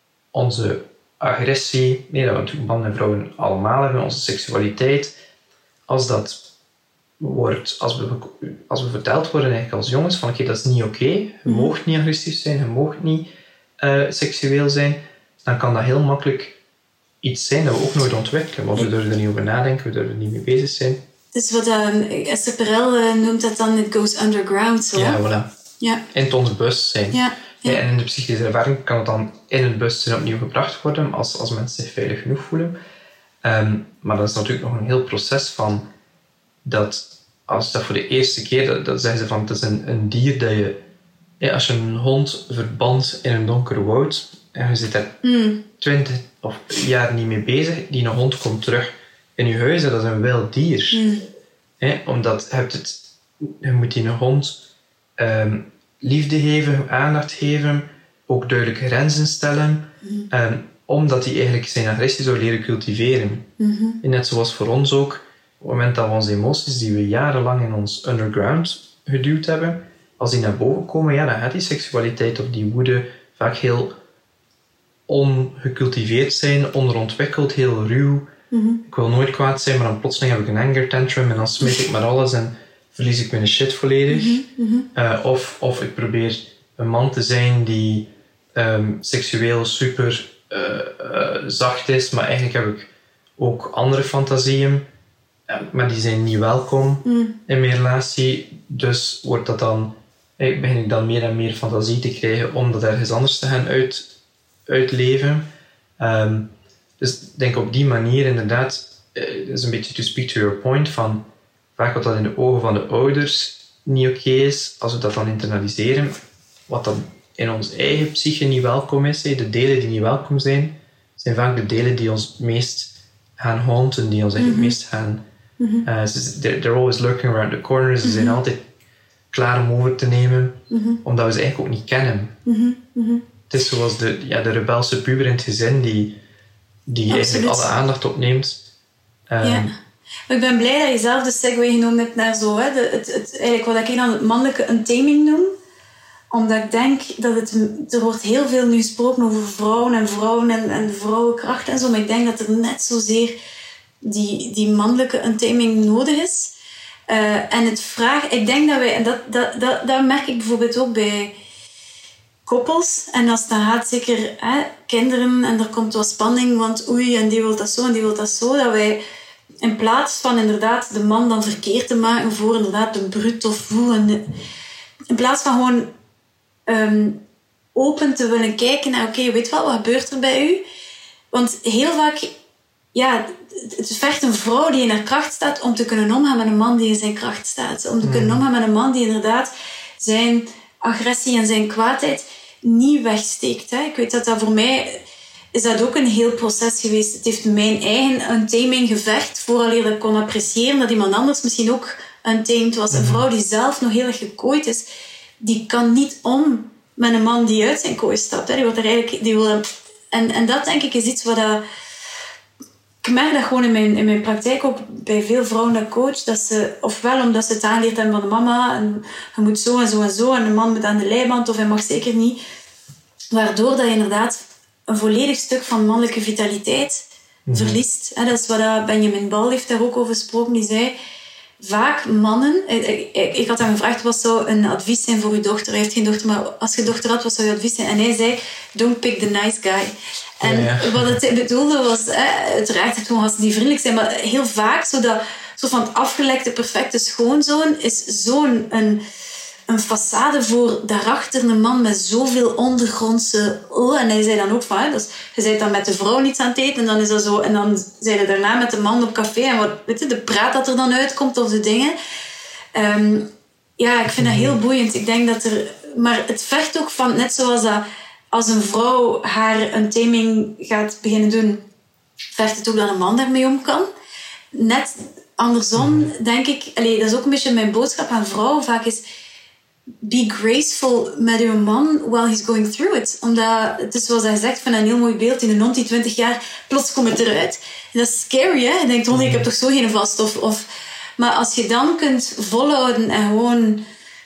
onze agressie, nee, dat we natuurlijk mannen en vrouwen allemaal hebben, onze seksualiteit, als dat wordt, als we, als we verteld worden eigenlijk als jongens van oké, okay, dat is niet oké, okay, je mm-hmm. moogt niet agressief zijn, je moogt niet uh, seksueel zijn, dan kan dat heel makkelijk iets zijn dat we ook nooit ontwikkelen. Maar we durven er niet over nadenken, we durven er niet mee bezig zijn. Dus wat um, Esther Perel uh, noemt dat dan, it goes underground. Zo. Ja, voilà. Ja. In het onderbewustzijn. Ja. Ja. Ja, en in de psychische ervaring kan het dan in het bewustzijn opnieuw gebracht worden als, als mensen zich veilig genoeg voelen. Um, maar dat is natuurlijk nog een heel proces van dat, als dat voor de eerste keer, dat, dat zeggen ze van het is een, een dier dat je, ja, als je een hond verbandt in een donker woud en je zit daar mm. twintig of jaar niet mee bezig, die een hond komt terug in je huis, dat is een wild dier. Mm. Ja, omdat je, hebt het, je moet die hond um, liefde geven, aandacht geven, ook duidelijke grenzen stellen, mm. um, omdat hij eigenlijk zijn agressie zou leren cultiveren. Mm-hmm. En net zoals voor ons ook, op het moment dat we onze emoties die we jarenlang in ons underground geduwd hebben, als die naar boven komen, ja, dan gaat die seksualiteit of die woede vaak heel ongecultiveerd zijn, onderontwikkeld, heel ruw. Mm-hmm. Ik wil nooit kwaad zijn, maar dan plotseling heb ik een anger tantrum en dan smijt ik maar alles en verlies ik mijn shit volledig. Mm-hmm. Uh, of, of ik probeer een man te zijn die um, seksueel super uh, uh, zacht is, maar eigenlijk heb ik ook andere fantasieën, uh, maar die zijn niet welkom mm. in mijn relatie. Dus wordt dat dan, eh, begin ik dan meer en meer fantasie te krijgen om dat ergens anders te gaan uit, uitleven. Um, dus ik denk op die manier inderdaad, uh, is een beetje to speak to your point, van vaak wat dat in de ogen van de ouders niet oké okay is, als we dat dan internaliseren, wat dan in onze eigen psyche niet welkom is, de delen die niet welkom zijn, zijn vaak de delen die ons het meest gaan haunten, die ons mm-hmm. het meest gaan... Mm-hmm. Uh, they're, they're always lurking around the corners, mm-hmm. ze zijn altijd klaar om over te nemen, mm-hmm. omdat we ze eigenlijk ook niet kennen. Mm-hmm. Mm-hmm. Het is zoals de, ja, de rebelse puber in het gezin, die, die eigenlijk alle aandacht opneemt. Um, ja. Maar ik ben blij dat je zelf de segue genomen hebt naar zo, hè, de, het, het, eigenlijk wat ik dan het mannelijke untaming noem. Omdat ik denk dat het... Er wordt heel veel nu gesproken over vrouwen en vrouwen en, en vrouwenkracht en zo. Maar ik denk dat er net zozeer die, die mannelijke untaming nodig is. Uh, en het vraag... Ik denk dat wij... En dat, dat, dat, dat merk ik bijvoorbeeld ook bij koppels. En als het dan gaat, zeker hè, kinderen, en er komt wat spanning, want oei, en die wil dat zo en die wil dat zo. Dat wij... In plaats van inderdaad de man dan verkeerd te maken voor inderdaad de brut of voel. En de, in plaats van gewoon um, open te willen kijken naar, oké, okay, weet wat, wat gebeurt er bij u? Want heel vaak, ja, het vergt een vrouw die in haar kracht staat om te kunnen omgaan met een man die in zijn kracht staat. Om te mm. kunnen omgaan met een man die inderdaad zijn agressie en zijn kwaadheid niet wegsteekt. Hè. Ik weet dat dat voor mij... is dat ook een heel proces geweest. Het heeft mijn eigen untaming gevergd vooraleer dat ik kon appreciëren dat iemand anders misschien ook untamed was. Een vrouw die zelf nog heel erg gekooid is, die kan niet om met een man die uit zijn kooi stapt. Hè. Die wordt er eigenlijk, die wil, en, en dat denk ik is iets wat dat, ik merk dat gewoon in mijn, in mijn praktijk ook bij veel vrouwen dat coach, dat ze, ofwel omdat ze het aanleert hebben van de mama, en je moet zo en zo en zo, en de man moet aan de leiband, of hij mag zeker niet. Waardoor dat je inderdaad een volledig stuk van mannelijke vitaliteit mm-hmm. verliest. Dat is wat Benjamin Ball heeft daar ook over gesproken. Die zei, vaak mannen... Ik, ik, ik had hem gevraagd, wat zou een advies zijn voor uw dochter? Hij heeft geen dochter, maar als je dochter had, wat zou je advies zijn? En hij zei, don't pick the nice guy. En ja, ja. wat het bedoelde was... Eh, uiteraard heeft gewoon gasten die vriendelijk zijn, maar heel vaak zo dat... Zo van het afgelekte, perfecte schoonzoon is zo'n... Een, een façade voor daarachter een man met zoveel ondergrondse... Oh, en hij zei dan ook van... Hè, dus je bent dan met de vrouw niets aan het eten en dan is dat zo... En dan zei hij daarna met de man op café en wat, weet je, de praat dat er dan uitkomt of de dingen. Um, ja, ik vind dat heel boeiend. Ik denk dat er... Maar het vergt ook van... Net zoals dat als een vrouw haar een taming gaat beginnen doen... vergt het ook dat een man daarmee om kan. Net andersom, denk ik... Allee, dat is ook een beetje mijn boodschap aan vrouwen vaak is... Be graceful met uw man while he's going through it. Omdat, het is zoals hij zegt, van een heel mooi beeld in een hond die twintig jaar, plots komt het eruit. En dat is scary, hè? Je denkt, oh nee, ik heb toch zo geen vast. Of, of, maar als je dan kunt volhouden en gewoon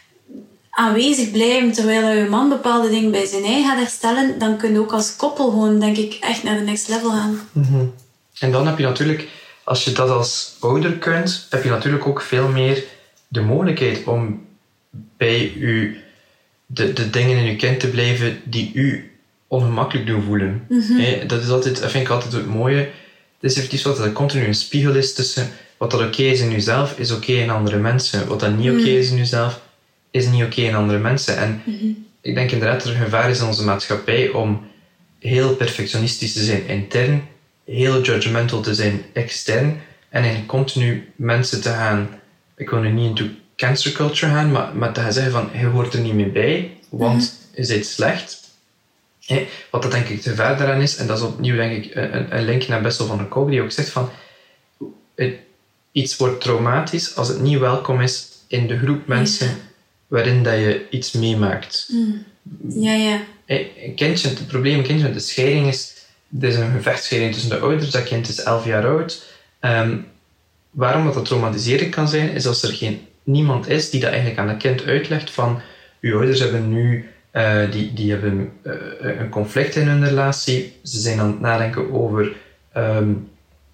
aanwezig blijven terwijl je man bepaalde dingen bij zijn ei gaat herstellen, dan kun je ook als koppel gewoon, denk ik, echt naar de next level gaan. Mm-hmm. En dan heb je natuurlijk, als je dat als ouder kunt, heb je natuurlijk ook veel meer de mogelijkheid om bij u de, de dingen in uw kind te blijven die u ongemakkelijk doen voelen. Mm-hmm. He, dat is altijd, dat vind ik altijd het mooie. Het is effectief wat er continu een spiegel is tussen wat dat oké okay is in uzelf, is oké okay in andere mensen. Wat dat niet oké okay is in uzelf, is niet oké okay in andere mensen. En mm-hmm. ik denk inderdaad dat er een gevaar is in onze maatschappij om heel perfectionistisch te zijn intern, heel judgmental te zijn extern, en eigenlijk continu mensen te gaan, ik wil nu niet into cancer culture gaan, maar, maar te gaan zeggen van, je hoort er niet meer bij, want mm-hmm. je bent slecht. Hey, wat dat denk ik te ver daaraan is, en dat is opnieuw denk ik een, een link naar Bessel van der Kolk, die ook zegt van, het, iets wordt traumatisch als het niet welkom is in de groep mensen ja. waarin dat je iets meemaakt. Mm. Ja, ja. Hey, een kindje, het probleem een kindje met de scheiding is, er is een gevechtscheiding tussen de ouders, dat kind is elf jaar oud. Um, waarom dat, dat traumatiserend kan zijn, is als er geen niemand is die dat eigenlijk aan het kind uitlegt van uw ouders hebben nu uh, die, die hebben uh, een conflict in hun relatie, ze zijn aan het nadenken over um,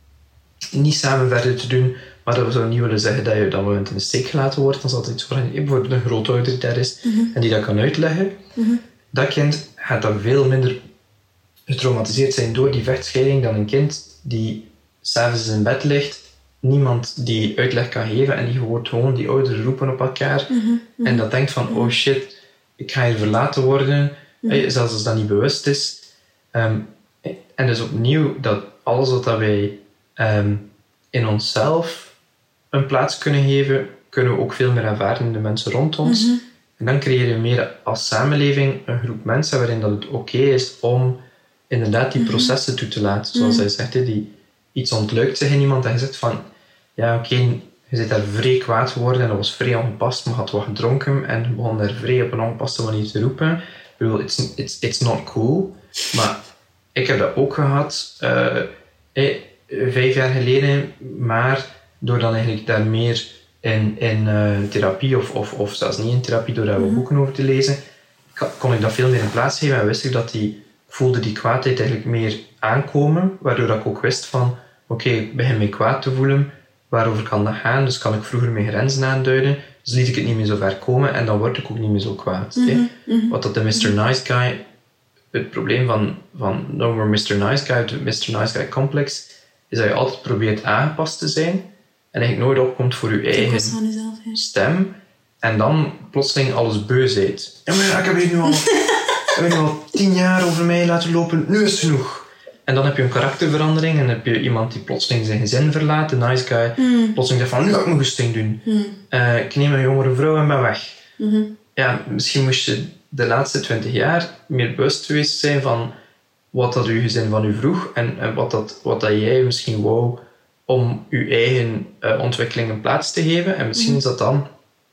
niet samen verder te doen, maar dat we zouden niet willen zeggen dat je dan wel in de steek gelaten wordt. Dan is altijd iets voor een, bijvoorbeeld een grootouder die daar is mm-hmm. en die dat kan uitleggen. Mm-hmm. Dat kind gaat dan veel minder getraumatiseerd zijn door die vechtscheiding dan een kind die s'avonds in bed ligt, niemand die uitleg kan geven en die hoort gewoon die ouders roepen op elkaar mm-hmm. en dat denkt van, oh shit, ik ga hier verlaten worden, mm-hmm. zelfs als dat niet bewust is. Um, en dus opnieuw, dat alles wat dat wij um, in onszelf een plaats kunnen geven, kunnen we ook veel meer ervaren in de mensen rond ons. Mm-hmm. En dan creëren we meer als samenleving een groep mensen waarin dat het oké okay is om inderdaad die mm-hmm. processen toe te laten. Zoals mm-hmm. hij zegt, die iets ontluikt zich in iemand en je zegt van, ja oké, okay, je zit daar vrij kwaad geworden en dat was vrij ongepast, maar je had wat gedronken en je begon daar vrij op een ongepaste manier te roepen. Ik bedoel, it's, it's, it's not cool. Maar ik heb dat ook gehad, uh, hey, vijf jaar geleden, maar door dan eigenlijk daar meer in, in uh, therapie of, of, of zelfs niet in therapie, door daar mm-hmm. boeken over te lezen, kon ik dat veel meer in plaats geven en wist ik dat die, voelde die kwaadheid eigenlijk meer aankomen, waardoor ik ook wist van, oké, okay, ik begin me kwaad te voelen, waarover kan dat gaan? Dus kan ik vroeger mijn grenzen aanduiden, dus liet ik het niet meer zo ver komen en dan word ik ook niet meer zo kwaad. Mm-hmm. Mm-hmm. Wat dat de mister Nice Guy, het probleem van, van No More mister Nice Guy, de mister Nice Guy complex, is dat je altijd probeert aangepast te zijn en eigenlijk nooit opkomt voor je eigen jezelf, ja. stem en dan plotseling alles beu zijt. Ja, maar ja, ik heb hier nu al, ik heb hier al tien jaar over mij laten lopen, nu is het genoeg. En dan heb je een karakterverandering en heb je iemand die plotseling zijn gezin verlaat, de nice guy, mm. plotseling zegt van, nu ga ik mijn goesting doen. Mm. Uh, ik neem een jongere vrouw en ben weg. Mm-hmm. Ja, misschien moest je de laatste twintig jaar meer bewust geweest zijn van wat dat uw gezin van u vroeg en, en wat, dat, wat dat jij misschien wou om je eigen uh, ontwikkeling een plaats te geven. En misschien mm-hmm. is dat dan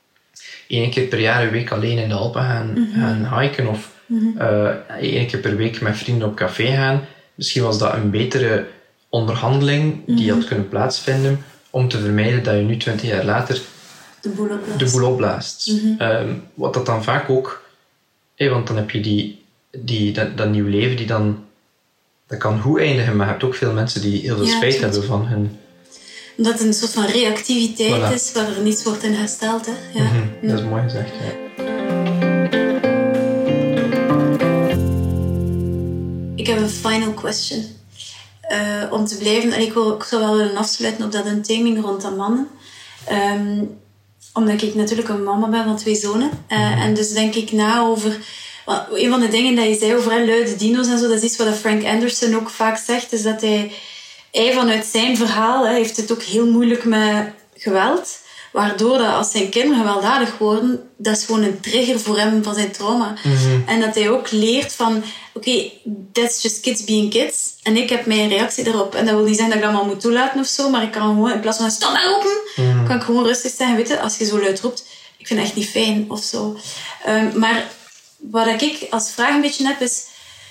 één keer per jaar een week alleen in de Alpen gaan, mm-hmm. gaan hiken of mm-hmm. uh, één keer per week met vrienden op café gaan. Misschien was dat een betere onderhandeling die mm-hmm. had kunnen plaatsvinden om te vermijden dat je nu twintig jaar later de boel opblaast. De boel opblaast. Mm-hmm. Um, wat dat dan vaak ook... Hey, want dan heb je die, die, dat, dat nieuw leven die dan... Dat kan goed eindigen, maar je hebt ook veel mensen die heel veel ja, spijt hebben van hun... Omdat het een soort van reactiviteit Voilà. is waar er niets wordt in hersteld. Hè? Ja. Mm-hmm. Dat is mooi gezegd, ja. Ik heb een final question. Uh, om te blijven, en ik, wil, ik zou wel willen afsluiten op dat intaming rond de mannen. Um, omdat ik natuurlijk een mama ben van twee zonen. Uh, mm-hmm. En dus denk ik na over... Een van de dingen dat je zei over hè, luide dino's en zo, dat is iets wat Frank Anderson ook vaak zegt, is dat hij, hij vanuit zijn verhaal hè, heeft het ook heel moeilijk met geweld. Waardoor dat als zijn kinderen gewelddadig worden, dat is gewoon een trigger voor hem van zijn trauma. Mm-hmm. En dat hij ook leert van, oké, okay, that's just kids being kids. En ik heb mijn reactie daarop. En dat wil niet zeggen dat ik dat allemaal moet toelaten of zo, maar ik kan gewoon, in plaats van stop maar roepen, mm-hmm. kan ik gewoon rustig zeggen, weet je, als je zo luid roept, ik vind het echt niet fijn of zo. Um, maar wat ik als vraag een beetje heb is,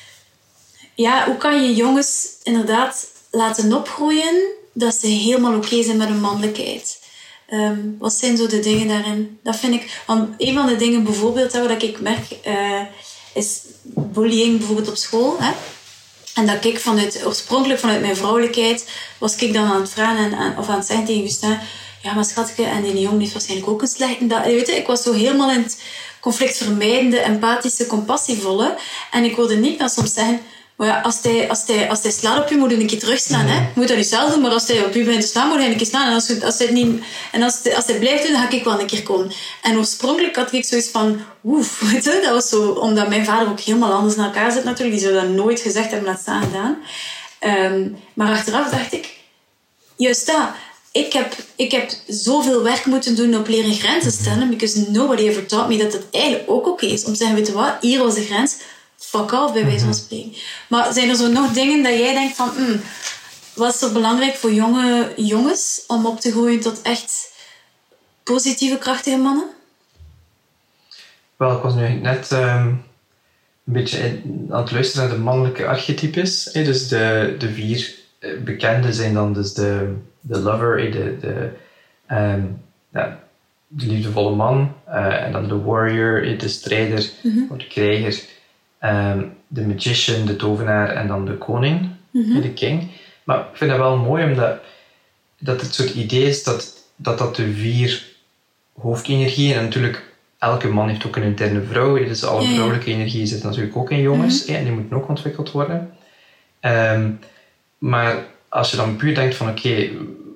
ja, hoe kan je jongens inderdaad laten opgroeien dat ze helemaal oké zijn met hun mannelijkheid? Um, wat zijn zo de dingen daarin? Dat vind ik... Want een van de dingen bijvoorbeeld dat ik merk, uh, is bullying bijvoorbeeld op school. Hè? En dat ik vanuit, oorspronkelijk vanuit mijn vrouwelijkheid, was ik dan aan het vragen en, en, of aan het zeggen tegen Justin, ja, maar schatje, en die jongen heeft waarschijnlijk ook een slechte dag. Weet je, ik was zo helemaal in het conflictvermijdende, empathische, compassievolle. En ik wilde niet dan soms zeggen, maar ja, als hij, als hij, als hij slaat op je, moet je een keer terugslaan. Mm-hmm. Hè? Je moet dat niet zelf doen, maar als hij op je begint te slaan, moet hij een keer slaan. En als, als hij, niet, en als, hij, als hij blijft doen, dan ga ik wel een keer komen. En oorspronkelijk had ik zoiets van, oef, weet je, dat was zo, omdat mijn vader ook helemaal anders naar elkaar zit natuurlijk. Die zou dat nooit gezegd hebben, laat staan gedaan. Um, maar achteraf dacht ik, juist dat. Ik heb, ik heb zoveel werk moeten doen op leren grenzen stellen, because nobody ever taught me dat het eigenlijk ook oké okay is om te zeggen, weet je wat, hier was de grens, fuck off, bij wijze van spreken. Maar zijn er zo nog dingen dat jij denkt van, mm, wat is er belangrijk voor jonge jongens om op te groeien tot echt positieve, krachtige mannen? Wel, ik was nu net um, een beetje in, aan het luisteren naar de mannelijke archetypes. Hè, dus de, de vier bekende zijn dan dus de, de lover, de, de, um, ja, de liefdevolle man, uh, en dan de warrior, de strijder, mm-hmm. of de krijger, um, de magician, de tovenaar en dan de koning, mm-hmm. de king. Maar ik vind dat wel mooi omdat dat het soort idee is dat dat, dat de vier hoofdenergieën, en natuurlijk elke man heeft ook een interne vrouw, dus alle ja, ja. vrouwelijke energieën zitten natuurlijk ook in jongens, mm-hmm. en die moeten ook ontwikkeld worden. Um, maar als je dan puur denkt van oké, okay,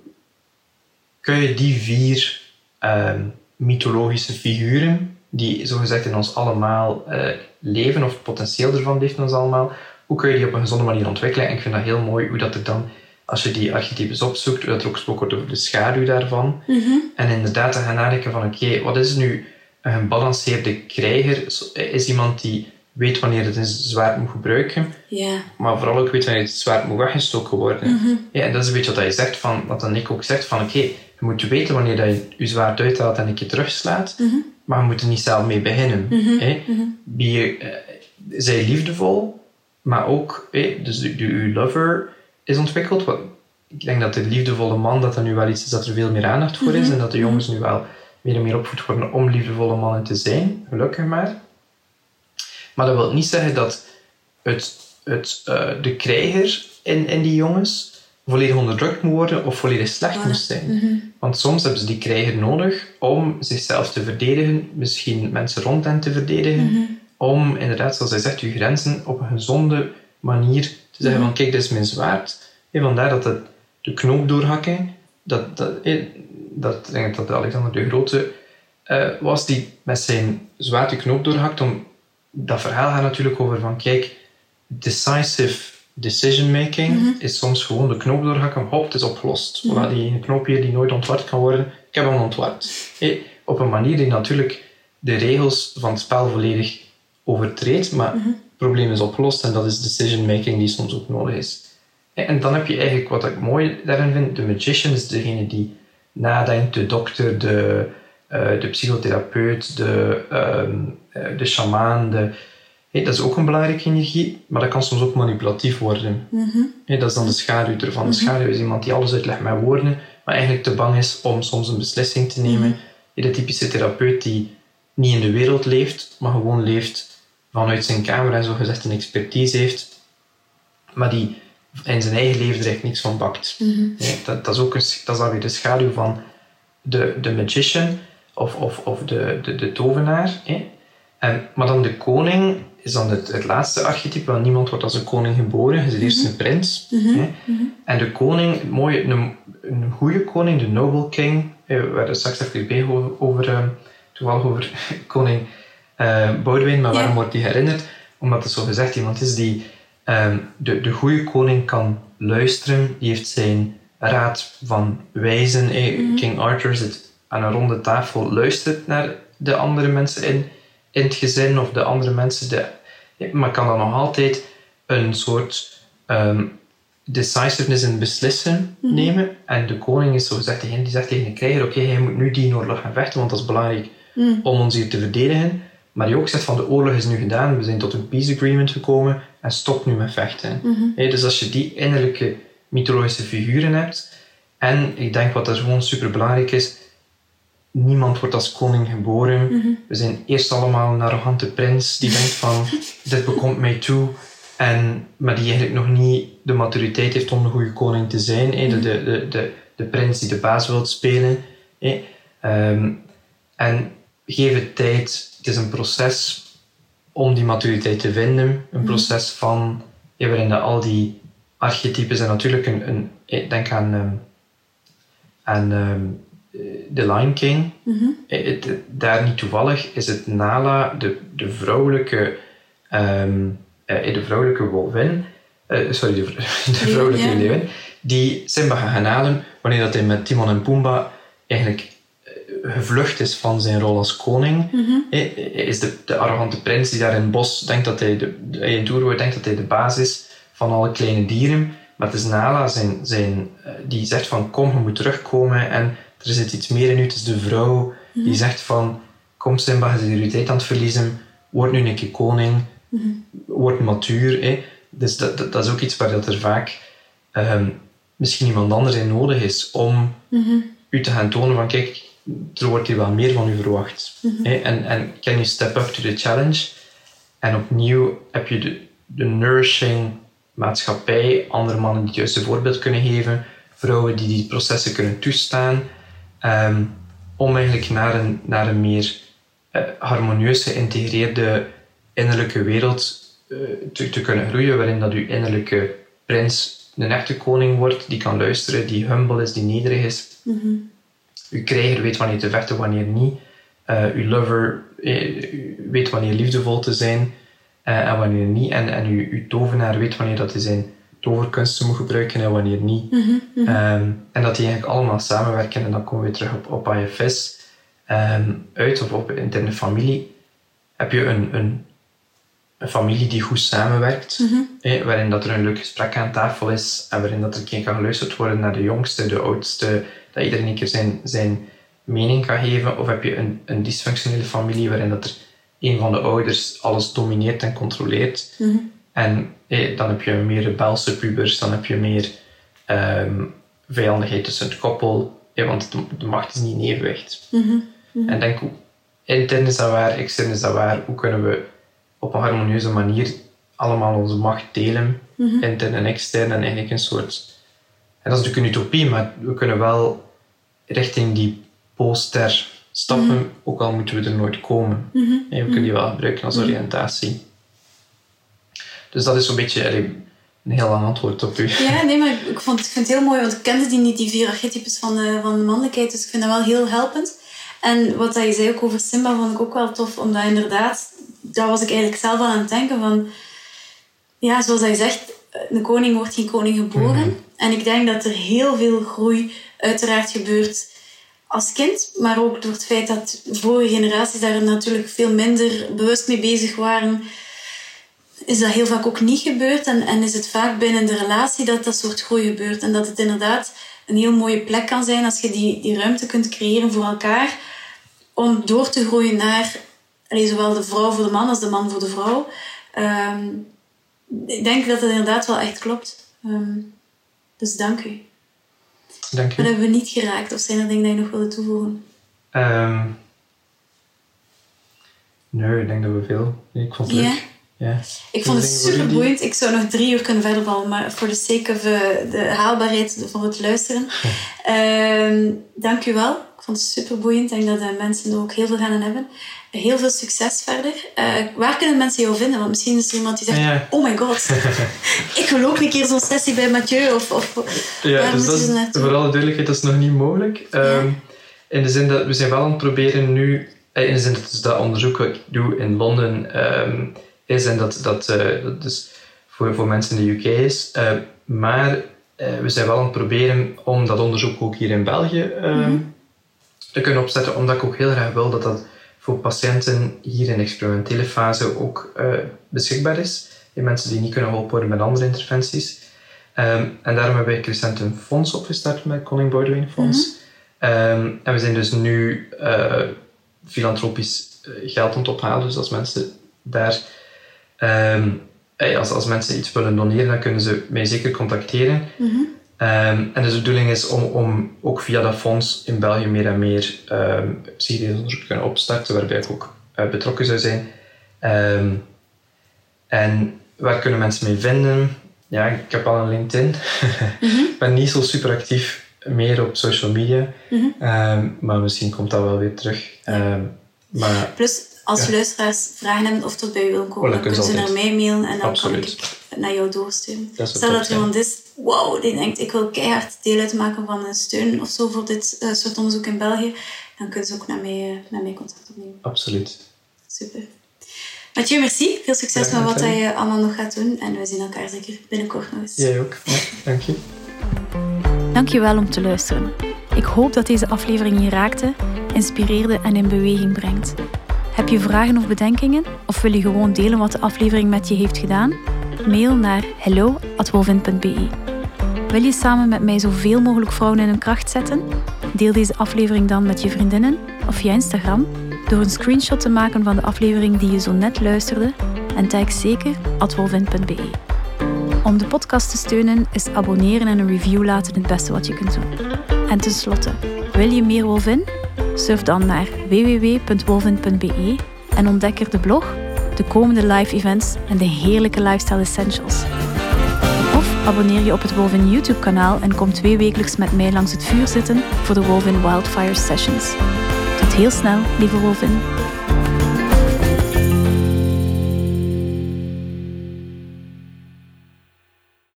kun je die vier um, mythologische figuren die zogezegd in ons allemaal uh, leven, of het potentieel ervan leeft in ons allemaal, hoe kun je die op een gezonde manier ontwikkelen? En ik vind dat heel mooi hoe dat er dan, als je die archetypes opzoekt, hoe dat er ook gesproken wordt over de schaduw daarvan. Mm-hmm. En inderdaad te gaan nadenken van oké, okay, wat is nu een gebalanceerde krijger? Is iemand die weet wanneer het een zwaard moet gebruiken, yeah. maar vooral ook weet wanneer het zwaard moet weggestoken worden. Mm-hmm. Ja, en dat is een beetje wat je zegt, van, wat dan ik ook zegt, van oké, okay, je moet weten wanneer dat je je zwaard uithaalt en een keer terugslaat, mm-hmm. maar je moet er niet zelf mee beginnen. Mm-hmm. Hey? Mm-hmm. Je, uh, zij liefdevol, maar ook, hey, dus de, de, uw lover is ontwikkeld. Wat, ik denk dat de liefdevolle man, dat er nu wel iets is dat er veel meer aandacht voor mm-hmm. is, en dat de jongens nu wel meer en meer opgevoed worden om liefdevolle mannen te zijn, gelukkig maar. Maar dat wil niet zeggen dat het, het, uh, de krijger in, in die jongens volledig onderdrukt moet worden of volledig slecht ja. moet zijn. Mm-hmm. Want soms hebben ze die krijger nodig om zichzelf te verdedigen, misschien mensen rond hen te verdedigen, mm-hmm. om inderdaad, zoals hij zegt, je grenzen op een gezonde manier te zeggen mm-hmm. van kijk, dit is mijn zwaard. En vandaar dat het, de knoop doorhakken, dat, dat, dat, ik denk dat Alexander de Grote uh, was die met zijn zwaard de knoop doorhakt om. Dat verhaal gaat natuurlijk over van, kijk, decisive decision making mm-hmm. is soms gewoon de knoop doorhakken, hop, het is opgelost. Mm-hmm. Voilà, die knoop hier die nooit ontward kan worden, ik heb hem ontward. Hey, op een manier die natuurlijk de regels van het spel volledig overtreedt, maar mm-hmm. het probleem is opgelost en dat is decision making die soms ook nodig is. Hey, en dan heb je eigenlijk, wat ik mooi daarin vind, de magician is degene die nadenkt, de dokter, de... Uh, de psychotherapeut, de, um, uh, de shamaan, de, hey, dat is ook een belangrijke energie, maar dat kan soms ook manipulatief worden. Mm-hmm. Hey, dat is dan de schaduw ervan. Mm-hmm. De schaduw is iemand die alles uitlegt met woorden, maar eigenlijk te bang is om soms een beslissing te nemen. Mm-hmm. Hey, de typische therapeut die niet in de wereld leeft, maar gewoon leeft vanuit zijn kamer en zogezegd een expertise heeft, maar die in zijn eigen leven er echt niks van bakt. Mm-hmm. Ja, dat, dat is ook een, dat is dan weer de schaduw van de, de magician of, of, of de, de, de tovenaar. Hè. En, maar dan de koning is dan het, het laatste archetype, want niemand wordt als een koning geboren. Je is eerst een prins. Mm-hmm. Hè. Mm-hmm. En de koning, het mooie, een, een goede koning, de noble king, we hadden straks even bij over, over uh, toevallig over koning uh, Boudewijn, maar waarom yeah. wordt die herinnerd? Omdat het zo gezegd iemand is die um, de, de goede koning kan luisteren, die heeft zijn raad van wijzen. Eh, mm-hmm. King Arthur zit aan een ronde tafel, luistert naar de andere mensen in, in het gezin of de andere mensen, de, maar kan dan nog altijd een soort um, decisiveness in beslissen mm-hmm. nemen. En de koning is zo gezegd degene die zegt tegen de krijger, oké, okay, hij moet nu die oorlog gaan vechten, want dat is belangrijk mm. om ons hier te verdedigen. Maar die ook zegt van de oorlog is nu gedaan, we zijn tot een peace agreement gekomen en stop nu met vechten. Mm-hmm. Hey, dus als je die innerlijke mythologische figuren hebt, en ik denk wat er gewoon super belangrijk is, niemand wordt als koning geboren. Mm-hmm. We zijn eerst allemaal een arrogante prins die denkt van dit bekomt mij toe, en, maar die eigenlijk nog niet de maturiteit heeft om een goede koning te zijn. Hey. De, de, de, de, de prins die de baas wil spelen. Hey. Um, en geef het tijd. Het is een proces om die maturiteit te vinden. Een proces van, ja, waarin dat al die archetypes en natuurlijk een, een ik denk aan, um, aan um, The Lion King. Mm-hmm. Het, het, daar niet toevallig is het Nala, de, de vrouwelijke um, uh, de vrouwelijke wolvin, uh, sorry, de, de vrouwelijke ja. leeuwin, die Simba gaat gaan halen wanneer dat hij met Timon en Pumbaa eigenlijk gevlucht is van zijn rol als koning. Mm-hmm. Hij is de, de arrogante prins die daar in het bos denkt dat hij, de, de, in Toerwoord denkt dat hij de baas is van alle kleine dieren. Maar het is Nala, zijn, zijn, die zegt van kom, je moet terugkomen en er zit iets meer in u. Het is de vrouw mm-hmm. die zegt van kom Simba, je bent je tijd aan het verliezen, word nu een keer koning, mm-hmm. word matuur. Hè. Dus dat, dat, dat is ook iets waar dat er vaak um, misschien iemand anders in nodig is om mm-hmm. u te gaan tonen van kijk, er wordt hier wel meer van u verwacht. Mm-hmm. Hey, en, en can you step up to the challenge? En opnieuw heb je de, de nourishing maatschappij, andere mannen die het juiste voorbeeld kunnen geven, vrouwen die die processen kunnen toestaan, um, om eigenlijk naar een, naar een meer uh, harmonieus geïntegreerde innerlijke wereld uh, te, te kunnen groeien, waarin dat uw innerlijke prins een echte koning wordt, die kan luisteren, die humble is, die nederig is. Mm-hmm. Uw krijger weet wanneer te vechten, wanneer niet. Uh, uw lover uh, weet wanneer liefdevol te zijn uh, en wanneer niet. En, en uw, uw tovenaar weet wanneer dat hij zijn toverkunsten moet gebruiken en wanneer niet. Mm-hmm, mm-hmm. Um, en dat die eigenlijk allemaal samenwerken. En dan komen we weer terug op, op I F S um, uit, of op interne familie. Heb je een, een, een familie die goed samenwerkt, mm-hmm. eh, waarin dat er een leuk gesprek aan tafel is en waarin dat er een keer kan geluisterd worden naar de jongste, de oudste, dat iedereen een keer zijn, zijn mening kan geven. Of heb je een, een dysfunctionele familie waarin dat er een van de ouders alles domineert en controleert. Mm-hmm. En eh, dan heb je meer rebelse pubers, dan heb je meer um, vijandigheid tussen het koppel, eh, want de, de macht is niet in evenwicht. Mm-hmm. Mm-hmm. En denk, intern is dat waar, extern is dat waar, hoe kunnen we op een harmonieuze manier allemaal onze macht delen, mm-hmm. intern en extern, en eigenlijk een soort... En dat is natuurlijk een utopie, maar we kunnen wel richting die poolster stappen, mm-hmm. ook al moeten we er nooit komen. Mm-hmm. En we kunnen die wel gebruiken als oriëntatie. Dus dat is zo'n beetje allee, een heel lang antwoord op u. Ja, nee, maar ik, vond, ik vind het heel mooi, want ik kende die niet, die vier archetypes van de, van de mannelijkheid, dus ik vind dat wel heel helpend. En wat je zei ook over Simba vond ik ook wel tof, omdat inderdaad, daar was ik eigenlijk zelf aan het denken van, ja, zoals hij zegt, een koning wordt geen koning geboren. Mm-hmm. En ik denk dat er heel veel groei uiteraard gebeurt als kind, maar ook door het feit dat vorige generaties daar natuurlijk veel minder bewust mee bezig waren, is dat heel vaak ook niet gebeurd. En, en is het vaak binnen de relatie dat dat soort groei gebeurt. En dat het inderdaad een heel mooie plek kan zijn als je die, die ruimte kunt creëren voor elkaar om door te groeien naar allez, zowel de vrouw voor de man als de man voor de vrouw. Um, ik denk dat het inderdaad wel echt klopt. Um, dus dank u. Dank u. Wat hebben we niet geraakt? Of zijn er dingen die je nog wilde toevoegen? Um, nee, ik denk dat we veel... Ik vond het leuk. Ja? Ja. Ik vond het super boeiend. Ik zou nog drie uur kunnen verder ballen, maar voor de sake of uh, de haalbaarheid voor het luisteren. uh, dank u wel. Ik vond het super boeiend. Ik denk dat uh, mensen er ook heel veel gaan aan hebben. Heel veel succes verder. Uh, waar kunnen mensen jou vinden? Want misschien is er iemand die zegt, ja. oh my god, ik wil ook een keer zo'n sessie bij Mathieu. Of, of ja, waar dus moeten ze naartoe? Voor alle duidelijkheid, dat is nog niet mogelijk. Ja. Um, in de zin dat we zijn wel aan het proberen nu, in de zin dat dus dat onderzoek wat ik doe in Londen um, is en dat dat, uh, dat dus voor, voor mensen in de U K is. Uh, maar uh, we zijn wel aan het proberen om dat onderzoek ook hier in België um, mm-hmm. te kunnen opzetten, omdat ik ook heel graag wil dat dat voor patiënten hier in de experimentele fase ook uh, beschikbaar is. En mensen die niet kunnen geholpen worden met andere interventies. Um, en daarom hebben we recent een fonds opgestart met Conning Bauduin Fonds. Mm-hmm. Um, en we zijn dus nu uh, filantropisch uh, geld aan het ophalen. Dus als mensen daar... Um, als, als mensen iets willen doneren, dan kunnen ze mij zeker contacteren. Mm-hmm. Um, en dus de bedoeling is om, om ook via dat fonds in België meer en meer um, serieus onderzoek te kunnen opstarten, waarbij ik ook uh, betrokken zou zijn. Um, en waar kunnen mensen mee vinden? Ja, ik heb al een LinkedIn. Mm-hmm. Ik ben niet zo super actief meer op social media, mm-hmm. um, maar misschien komt dat wel weer terug. Um, maar, Plus, als ja. luisteraars vragen hebben of tot bij u willen komen, oh, dan kunnen ze naar mij mailen en dan Absoluut. kan ik naar jou doorsturen. Dat Stel dat er iemand is, wow, die denkt ik wil keihard deel uitmaken van een steun of zo voor dit uh, soort onderzoek in België, dan kunnen ze ook naar mij, uh, naar mij contact opnemen. Absoluut. Super. Mathieu, merci. Veel succes met wat je allemaal nog gaat doen en we zien elkaar zeker binnenkort nog eens. Jij ook. Ja, dank je. Dank je wel om te luisteren. Ik hoop dat deze aflevering je raakte, inspireerde en in beweging brengt. Heb je vragen of bedenkingen? Of wil je gewoon delen wat de aflevering met je heeft gedaan? Mail naar hello at wolvin punt b e. Wil je samen met mij zoveel mogelijk vrouwen in hun kracht zetten? Deel deze aflevering dan met je vriendinnen of via Instagram door een screenshot te maken van de aflevering die je zo net luisterde en tag zeker at wolvin punt b e. Om de podcast te steunen is abonneren en een review laten het beste wat je kunt doen. En tenslotte, wil je meer Wolvin? Surf dan naar w w w punt wolvin punt b e en ontdek er de blog, de komende live events en de heerlijke lifestyle essentials. Of abonneer je op het Wolvin YouTube kanaal en kom twee wekelijks met mij langs het vuur zitten voor de Wolvin Wildfire Sessions. Tot heel snel, lieve Wolvin.